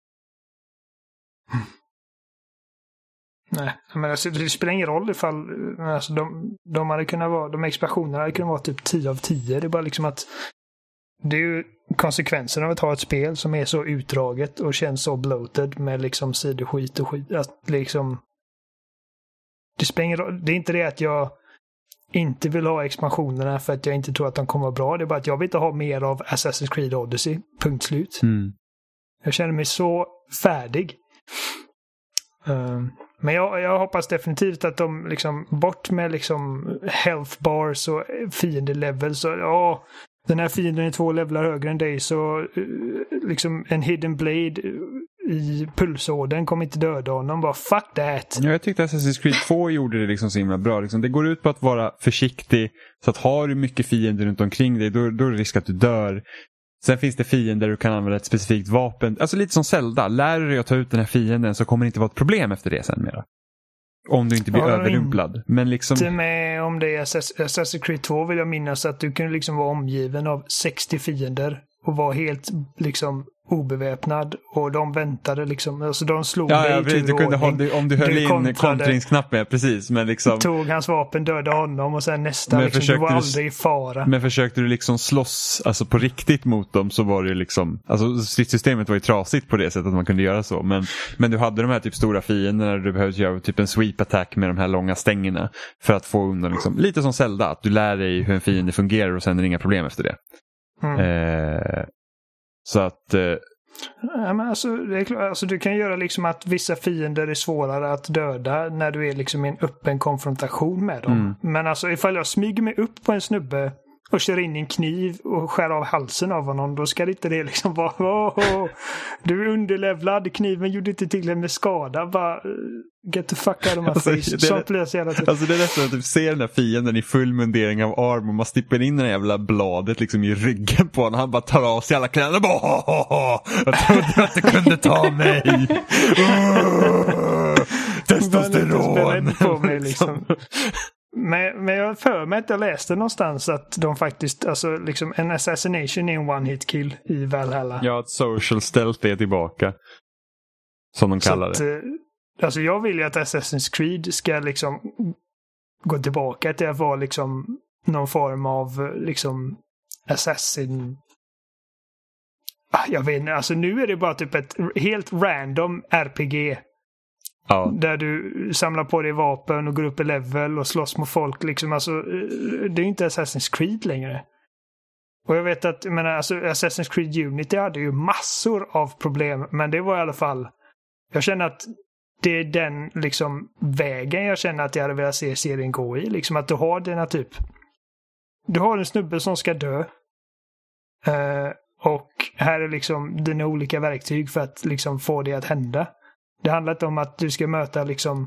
Nej, men alltså, det spelar ingen roll ifall alltså, de hade kunnat vara, de expansionerna hade kunnat vara typ 10 av 10. Det är bara liksom att det är ju konsekvensen av att ha ett spel som är så utdraget och känns så bloated med liksom sidoskit och skit. Att liksom det spelar ingen roll. Det är inte det att jag inte vill ha expansionerna för att jag inte tror att de kommer vara bra. Det är bara att jag vill inte ha mer av Assassin's Creed Odyssey. Punkt slut. Jag känner mig så färdig. Men jag hoppas definitivt att de liksom bort med liksom health bars och fiendelevels. Så den här fienden är 2 levlar högre än dig, så liksom en hidden blade i pulsådern kommer inte döda honom. Bara fuck that. Ja, jag tyckte Assassin's Creed 2 gjorde det liksom så himla bra. Liksom, det går ut på att vara försiktig. Så att har du mycket fiender runt omkring dig, då är det risk att du dör. Sen finns det fiender du kan använda ett specifikt vapen. Alltså lite som Zelda. Lär du dig att ta ut den här fienden så kommer det inte vara ett problem efter det sen mera. Om du inte blir överrumplad. Men liksom... Inte med om det är Assassin's Creed 2 vill jag minnas att du kunde liksom vara omgiven av 60 fiender och var helt liksom obeväpnad och de väntade liksom, alltså de slog dig i tur och ordning. Om du höll in kontringsknappen, precis, men liksom tog hans vapen, dödade honom och sen nästa liksom, du var aldrig i fara. Men försökte du liksom slåss alltså på riktigt mot dem så var det ju liksom, alltså stridssystemet var ju trasigt på det sättet att man kunde göra så, men du hade de här typ stora fienderna där du behövde göra typ en sweep attack med de här långa stängerna för att få undan liksom, lite som Zelda, att du lär dig hur en fiende fungerar och sen är det inga problem efter det. Så att ja, men alltså, det är klart, alltså du kan göra liksom att vissa fiender är svårare att döda när du är liksom i en öppen konfrontation med dem. Men alltså ifall jag smyger mig upp på en snubbe och kör in i en kniv och skär av halsen av honom, då ska det inte det liksom vara du är underlevlad, kniven gjorde inte till en med skada, bara get the fuck out of my face. Sånt blir så jävla alltså det är nästan att du ser den där fienden i full mundering av arm och man stippar in den jävla bladet liksom i ryggen på honom, han bara tar av sig alla kläder och bara jag trodde att du kunde ta mig. Testosteron på mig liksom. Men jag för mig att jag läste någonstans att de faktiskt, alltså liksom en assassination är en one-hit kill i Valhalla. Ja, att social stealth är tillbaka. Som de kallar det. Alltså jag vill ju att Assassin's Creed ska liksom gå tillbaka till att vara liksom någon form av liksom Assassin. Jag vet inte, alltså nu är det bara typ ett helt random RPG. Ja. Där du samlar på dig vapen och går upp i level och slåss mot folk liksom. Alltså, det är inte Assassin's Creed längre. Och jag vet att, alltså, Assassin's Creed Unity hade ju massor av problem, men det var i alla fall, jag känner att det är den liksom vägen jag känner att jag hade velat se serien gå i. Liksom att du har denna typ, du har en snubbe som ska dö. Och här är liksom dina olika verktyg för att liksom få det att hända. Det handlar inte om att du ska möta liksom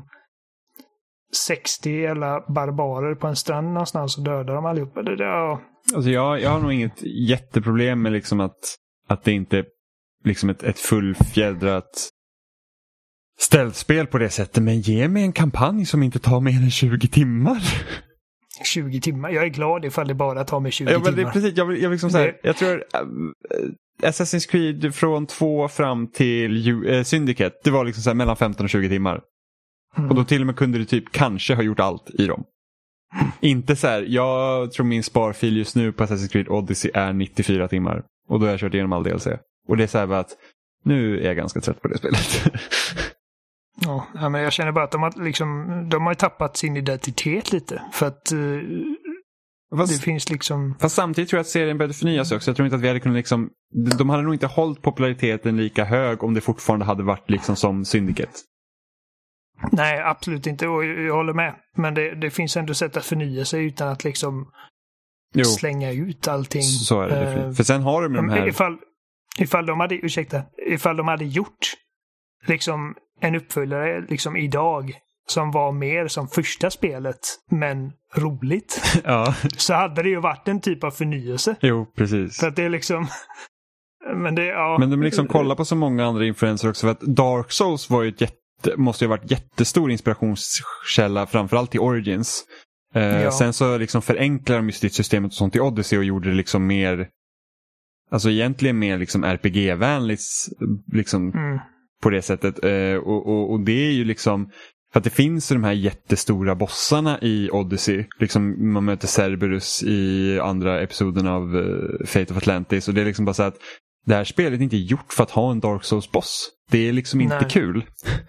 60 eller barbarer på en strand någonstans och döda dem allihopa. Alltså jag har nog inget jätteproblem med liksom att det inte är liksom ett fullfjädrat ställspel på det sättet. Men ge mig en kampanj som inte tar mer än 20 timmar. 20 timmar? Jag är glad ifall det bara tar mig 20 timmar. Det är precis, jag liksom så här, jag tror Assassin's Creed från 2 fram till Syndicate, det var liksom så här mellan 15 och 20 timmar. Och då till och med kunde du typ kanske ha gjort allt i dem. Inte så här, jag tror min sparfil just nu på Assassin's Creed Odyssey är 94 timmar. Och då har jag kört igenom all DLC. Och det är så här att nu är jag ganska trött på det spelet. Ja, men jag känner bara att de har tappat sin identitet lite. För att det finns liksom... Fast samtidigt tror jag att serien började förnyas också. Jag tror inte att vi hade kunnat liksom... De hade nog inte hållit populariteten lika hög om det fortfarande hade varit liksom som Syndicate. Nej, absolut inte. Och jag håller med. Men det finns ändå sätt att förnya sig utan att liksom slänga ut allting. Så är det. För sen har de de här... Ifall de hade gjort liksom en uppföljare liksom idag som var mer som första spelet men roligt. Ja. Så hade det ju varit en typ av förnyelse. Jo, precis. För att det är liksom... Men de liksom kollar på så många andra influenser också. För att Dark Souls var ju måste ju ha varit jättestor inspirationskälla framförallt till Origins. Sen så liksom förenklar de just systemet och sånt i Odyssey och gjorde det liksom mer, alltså egentligen mer liksom RPG-vänligt liksom på det sättet. Och det är ju liksom för att det finns de här jättestora bossarna i Odyssey. Liksom man möter Cerberus i andra episoden av Fate of Atlantis och det är liksom bara så att det här spelet är inte gjort för att ha en Dark Souls-boss. Det är liksom inte kul.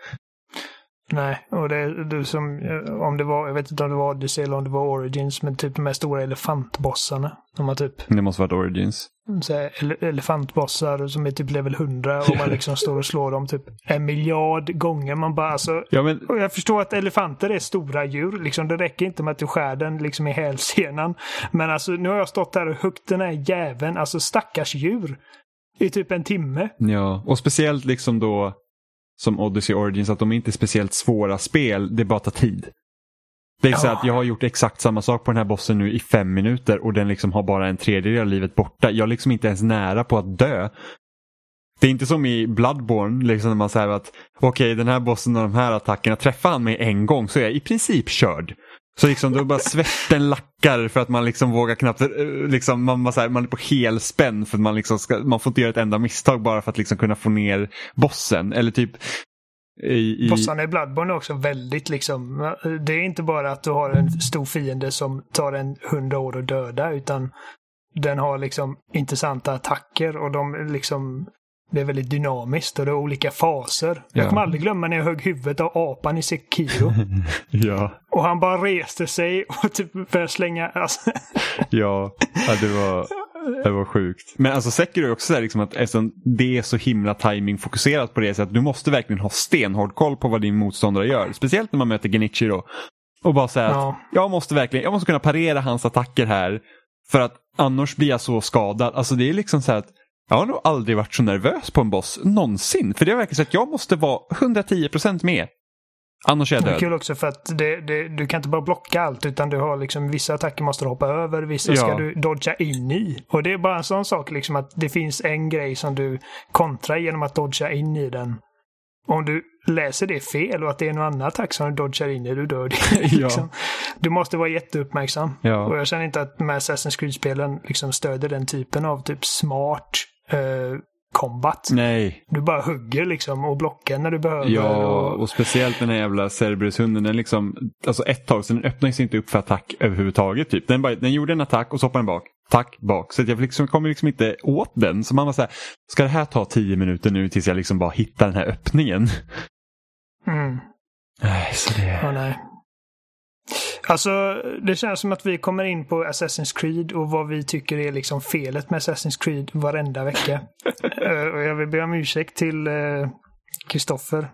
Nej, och det som om det var, jag vet inte om det var Odyssey eller om det var Origins, men typ de här stora elefantbossarna. De har typ... Det måste varit Origins. Elefantbossar som är typ level 100 och man liksom står och slår dem typ 1 miljard gånger. Man bara alltså... Ja, men... Och jag förstår att elefanter är stora djur. Liksom, det räcker inte med att du skär den liksom i hälsenan. Men alltså nu har jag stått här och huggit den här jäveln, alltså stackars djur, i typ 1 timme. Ja, och speciellt liksom då som Odyssey Origins att de är inte speciellt svåra spel, det bara tar tid. Det är så att jag har gjort exakt samma sak på den här bossen nu i 5 minuter och den liksom har bara 1/3 av livet borta. Jag är liksom inte ens nära på att dö. Det är inte som i Bloodborne liksom när man säger att okej, den här bossen och de här attackerna träffar han mig en gång så är jag i princip körd. Så liksom då bara svetten lackar för att man liksom vågar knappt liksom man är på helspänn för att man liksom man får inte göra ett enda misstag bara för att liksom kunna få ner bossen eller typ bossarna i Bloodborne är också väldigt liksom, det är inte bara att du har en stor fiende som tar 100 år att döda, utan den har liksom intressanta attacker och de liksom, det är väldigt dynamiskt och det är olika faser. Jag kommer aldrig glömma när jag högg huvudet av apan i Sekiro. Ja. Och han bara reste sig och typ började slänga. Alltså. Ja, det var sjukt. Men alltså Sekiro är också så här, liksom att eftersom det är så himla timing-fokuserat på det så att du måste verkligen ha stenhård koll på vad din motståndare gör. Speciellt när man möter Genichi då. Och bara säga att jag måste kunna parera hans attacker här för att annars blir jag så skadad. Alltså det är liksom så här att jag har nog aldrig varit så nervös på en boss någonsin. För det är verkligen så att jag måste vara 110% med. Annars är jag död. Det är kul också för att du kan inte bara blocka allt, utan du har liksom vissa attacker måste du hoppa över, vissa ska du dodga in i. Och det är bara en sån sak liksom att det finns en grej som du kontrar genom att dodga in i den. Om du läser det fel och att det är någon annan attack som du dodgar in i, du dör det. Liksom. Du måste vara jätteuppmärksam. Ja. Och jag känner inte att de här Assassin's Creed-spelen liksom stöder den typen av typ smart combat. Nej. Du bara hugger liksom och blockar när du behöver. Ja, och speciellt den här jävla Cerberus-hunden, den liksom, alltså ett tag så den öppnar sig inte upp för attack överhuvudtaget typ. Den gjorde en attack och så hoppade den bak. Tack bak. Så jag liksom, kommer liksom inte åt den. Så man var så här, ska det här ta 10 minuter nu tills jag liksom bara hittar den här öppningen? Nej, så det... Ja, nej. Alltså, det känns som att vi kommer in på Assassin's Creed och vad vi tycker är liksom felet med Assassin's Creed varenda vecka. Och jag vill be om ursäkt till Kristoffer.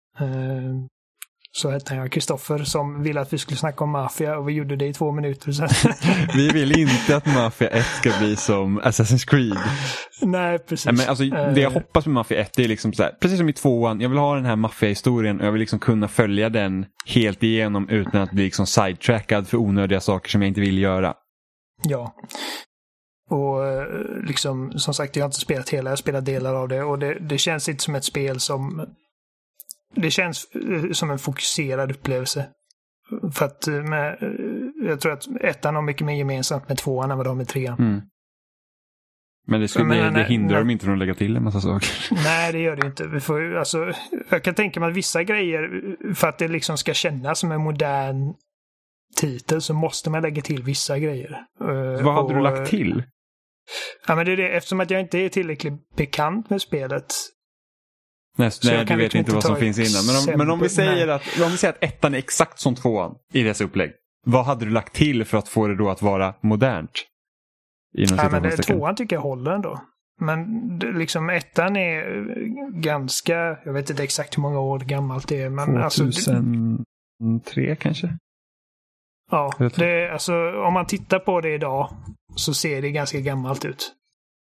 Så hette han, Kristoffer, som ville att vi skulle snacka om Mafia och vi gjorde det i 2 minuter sen. Vi vill inte att Mafia 1 ska bli som Assassin's Creed. Nej, precis. Nej, men alltså, det jag hoppas med Mafia 1 är liksom så här, precis som i 2:an, jag vill ha den här Mafia-historien och jag vill liksom kunna följa den helt igenom utan att bli liksom sidetrackad för onödiga saker som jag inte vill göra. Ja. Och liksom, som sagt, jag har inte spelat hela, jag har spelat delar av det och det känns inte som ett spel som... Det känns som en fokuserad upplevelse. För att jag tror att 1:an har mycket mer gemensamt med 2:an än vad de har med 3:an. Men det hindrar dem inte från att lägga till en massa saker. Nej, det gör det inte. Jag kan tänka mig att vissa grejer, för att det liksom ska kännas som en modern titel, så måste man lägga till vissa grejer. Vad hade du lagt till? Ja, men det är det. Eftersom att jag inte är tillräckligt bekant med spelet. Nej, du vet inte vad som finns innan. Men om vi säger att 1:an är exakt som 2:an i dess upplägg. Vad hade du lagt till för att få det då att vara modernt? Ja, men 2:an tycker jag håller ändå. Men liksom 1:an är ganska, jag vet inte exakt hur många år gammalt det är. Men 2003 kanske? Ja, alltså, om man tittar på det idag så ser det ganska gammalt ut.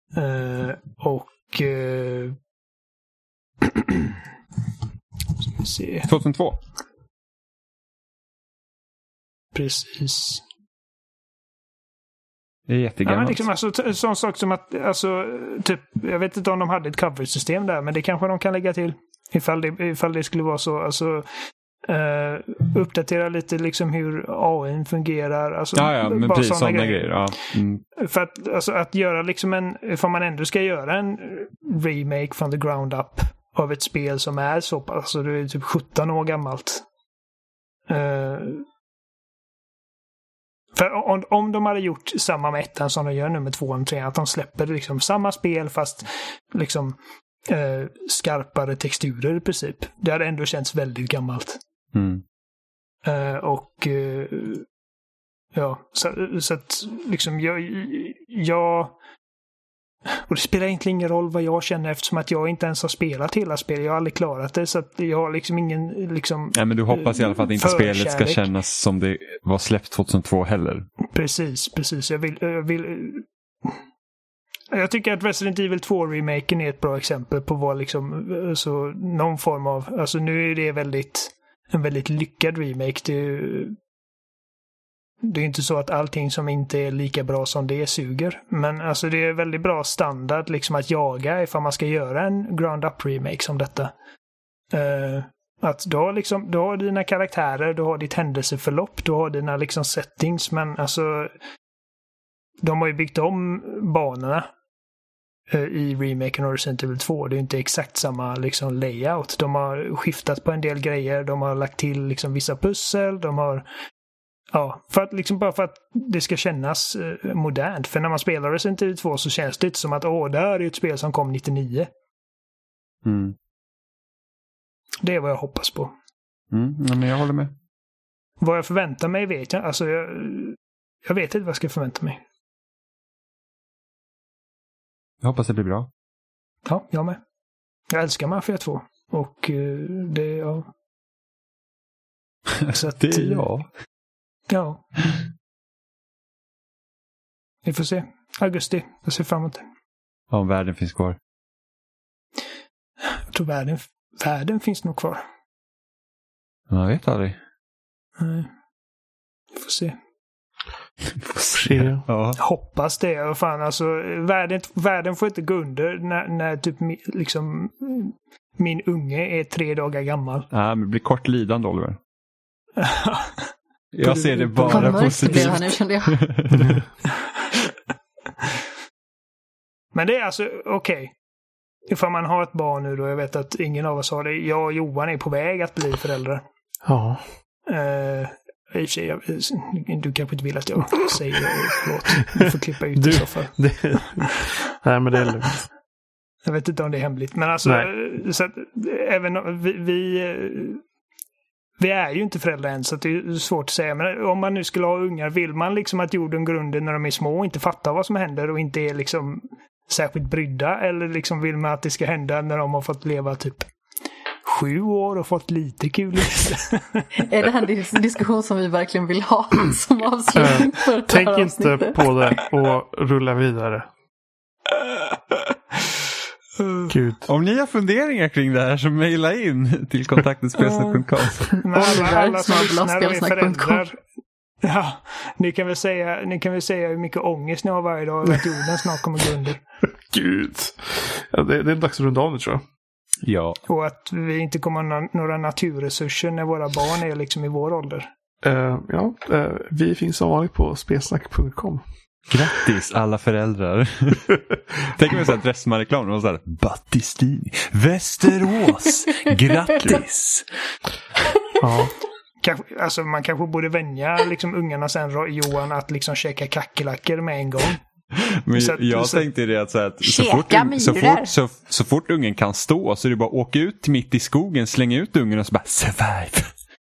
Ska vi se. 2002. Precis. Det är jättegammalt. Ja, liksom, alltså, sån sak som att, alltså, typ, jag vet inte om de hade ett cover-system där, men det kanske de kan lägga till. Ifall det skulle vara så. Alltså, uppdatera lite liksom hur AI fungerar. Alltså, ja, men precis sådana grejer. Ja. För att, alltså, att göra liksom ifall man ändå ska göra en remake från the ground up av ett spel som är så pass, alltså det är typ 17 år gammalt. För om de hade gjort samma med 1:an som de gör nu med 2:an och 3:an, att de släpper liksom samma spel fast liksom skarpare texturer i princip. Det hade ändå känts väldigt gammalt. Ja, så att liksom jag och det spelar egentligen ingen roll vad jag känner eftersom att jag inte ens har spelat hela spelet. Jag har aldrig klarat det, så att jag har liksom ingen liksom... Nej, men du hoppas i alla fall att inte spelet ska kännas som det var släppt 2002 heller. Precis. Jag tycker att Resident Evil 2-remaken är ett bra exempel på vad liksom, alltså, någon form av... Alltså nu är det en väldigt lyckad remake. Det är inte så att allting som inte är lika bra som det suger. Men alltså det är väldigt bra standard liksom att jaga ifall man ska göra en ground-up remake som detta. Att du har dina karaktärer, du har ditt händelseförlopp, du har dina liksom settings, men alltså de har ju byggt om banorna i remaken av Resident Evil 2. Det är inte exakt samma liksom layout. De har skiftat på en del grejer, de har lagt till liksom vissa pussel, de har bara för att det ska kännas modernt. För när man spelar Resident Evil 2 så känns det inte som att det här är ett spel som kom 99. Det är vad jag hoppas på. Ja, men jag håller med. Vad jag förväntar mig vet jag. Alltså jag vet inte vad jag ska förvänta mig. Jag hoppas det blir bra. Ja, jag med. Jag älskar Mafia 2. Och det är jag. Så att, det är jag. Ja. Vi får se. Augusti. Jag ser fram emot det. Ja, om världen finns kvar. Jag tror världen finns nog kvar. Jag vet aldrig. Nej. Vi får se. Ja. Jag hoppas det. Och fan, alltså, världen får inte gå under när typ liksom min unge är 3 dagar gammal. Ja, men det blir kort lidande, Oliver. Jag ser det bara positivt. Här nu, kände jag. Men det är alltså, okej. ifall man har ett barn nu då, jag vet att ingen av oss har det. Jag och Johan är på väg att bli föräldrar. Ja. I och för sig, du kanske inte vill att jag säger det. Förlåt, du får klippa ut det i så fall. Nej, men det är lugnt. Jag vet inte om det är hemligt. Men alltså, så att, även vi är ju inte föräldrar än, så det är svårt att säga. Men om man nu skulle ha ungar, vill man liksom att jorden grunden när de är små och inte fattar vad som händer och inte är liksom särskilt brydda, eller liksom vill man att det ska hända när de har fått leva typ 7 år och fått lite kul? Är det här en diskussion som vi verkligen vill ha som avslutning för det Tänk här inte avsnittet? på det och rulla vidare. Gud. Om ni har funderingar kring det här så mejla in till kontaktetspelsnack.com. Men alla som lyssnar och är Spelsnack.com. föräldrar, ja, ni kan väl säga hur mycket ångest ni har varje dag över att jorden snart kommer gå under. Gud. Ja, det är dags att runda av nu, tror jag. Ja. Och att vi inte kommer ha några naturresurser när våra barn är liksom i vår ålder. Vi finns som vanligt på spelsnack.com. Grattis alla föräldrar. Tänk om jag säger Dressman-reklam och sådär. Battistini, Västerås, grattis. Ja. Alltså man kanske borde vänja liksom ungarna sen, Johan, att liksom käka kackerlackor med en gång. Men jag tänkte det att, så fort ungen kan stå så är det bara att åka ut mitt i skogen, slänga ut ungen och så bara survive.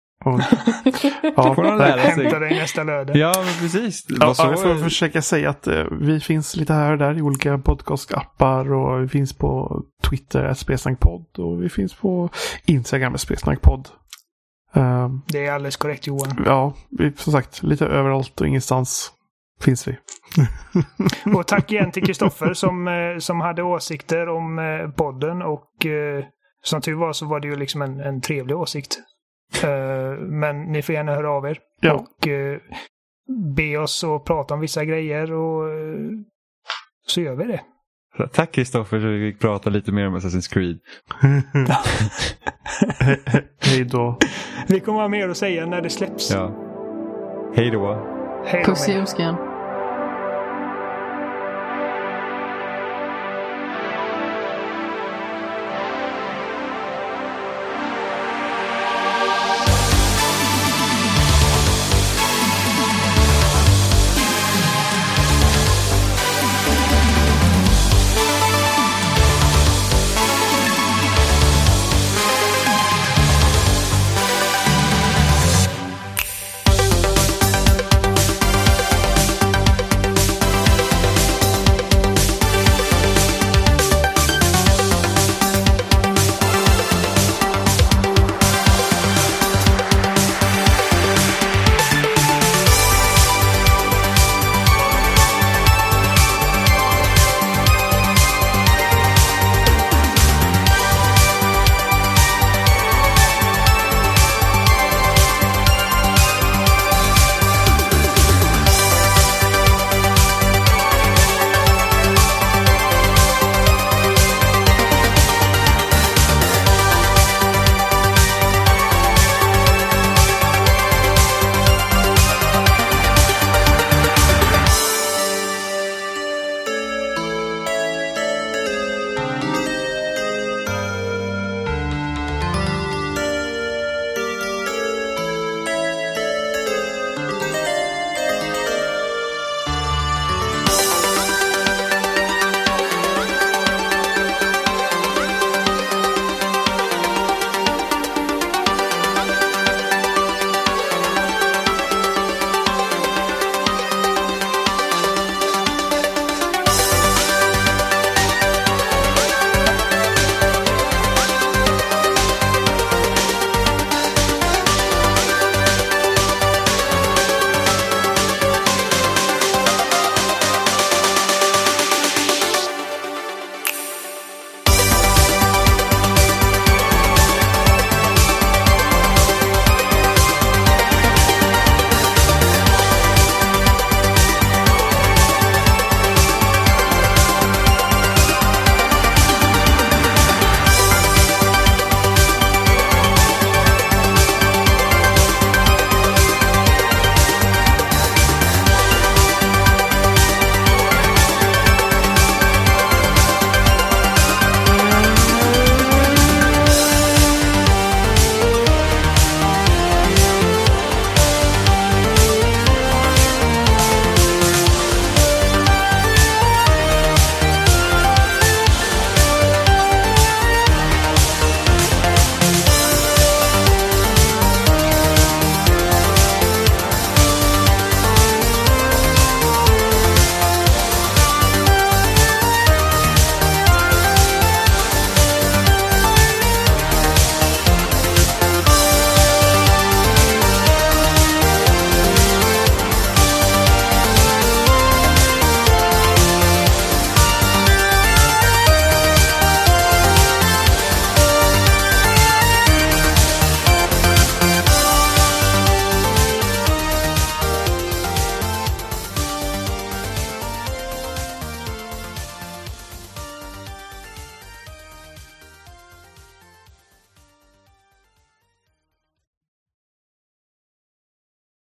Hämta dig nästa lördag. Ja, men precis. Jag får försöka säga att vi finns lite här och där i olika podcastappar, och vi finns på Twitter @spelsnackpodd, och vi finns på Instagram @spelsnackpodd. Det är alldeles korrekt, Johan. Ja, som sagt, lite överallt och ingenstans finns vi. Och tack igen till Kristoffer som hade åsikter om podden, och som tur var så var det ju liksom en trevlig åsikt. Men ni får gärna höra av er och be oss att prata om vissa grejer, och så gör vi det. Tack Kristoffer, så vi fick prata lite mer om Assassin's Creed. Hej då. Vi kommer ha mer att säga när det släpps. Ja. Hej då. Hej då. Puss i ljumsken.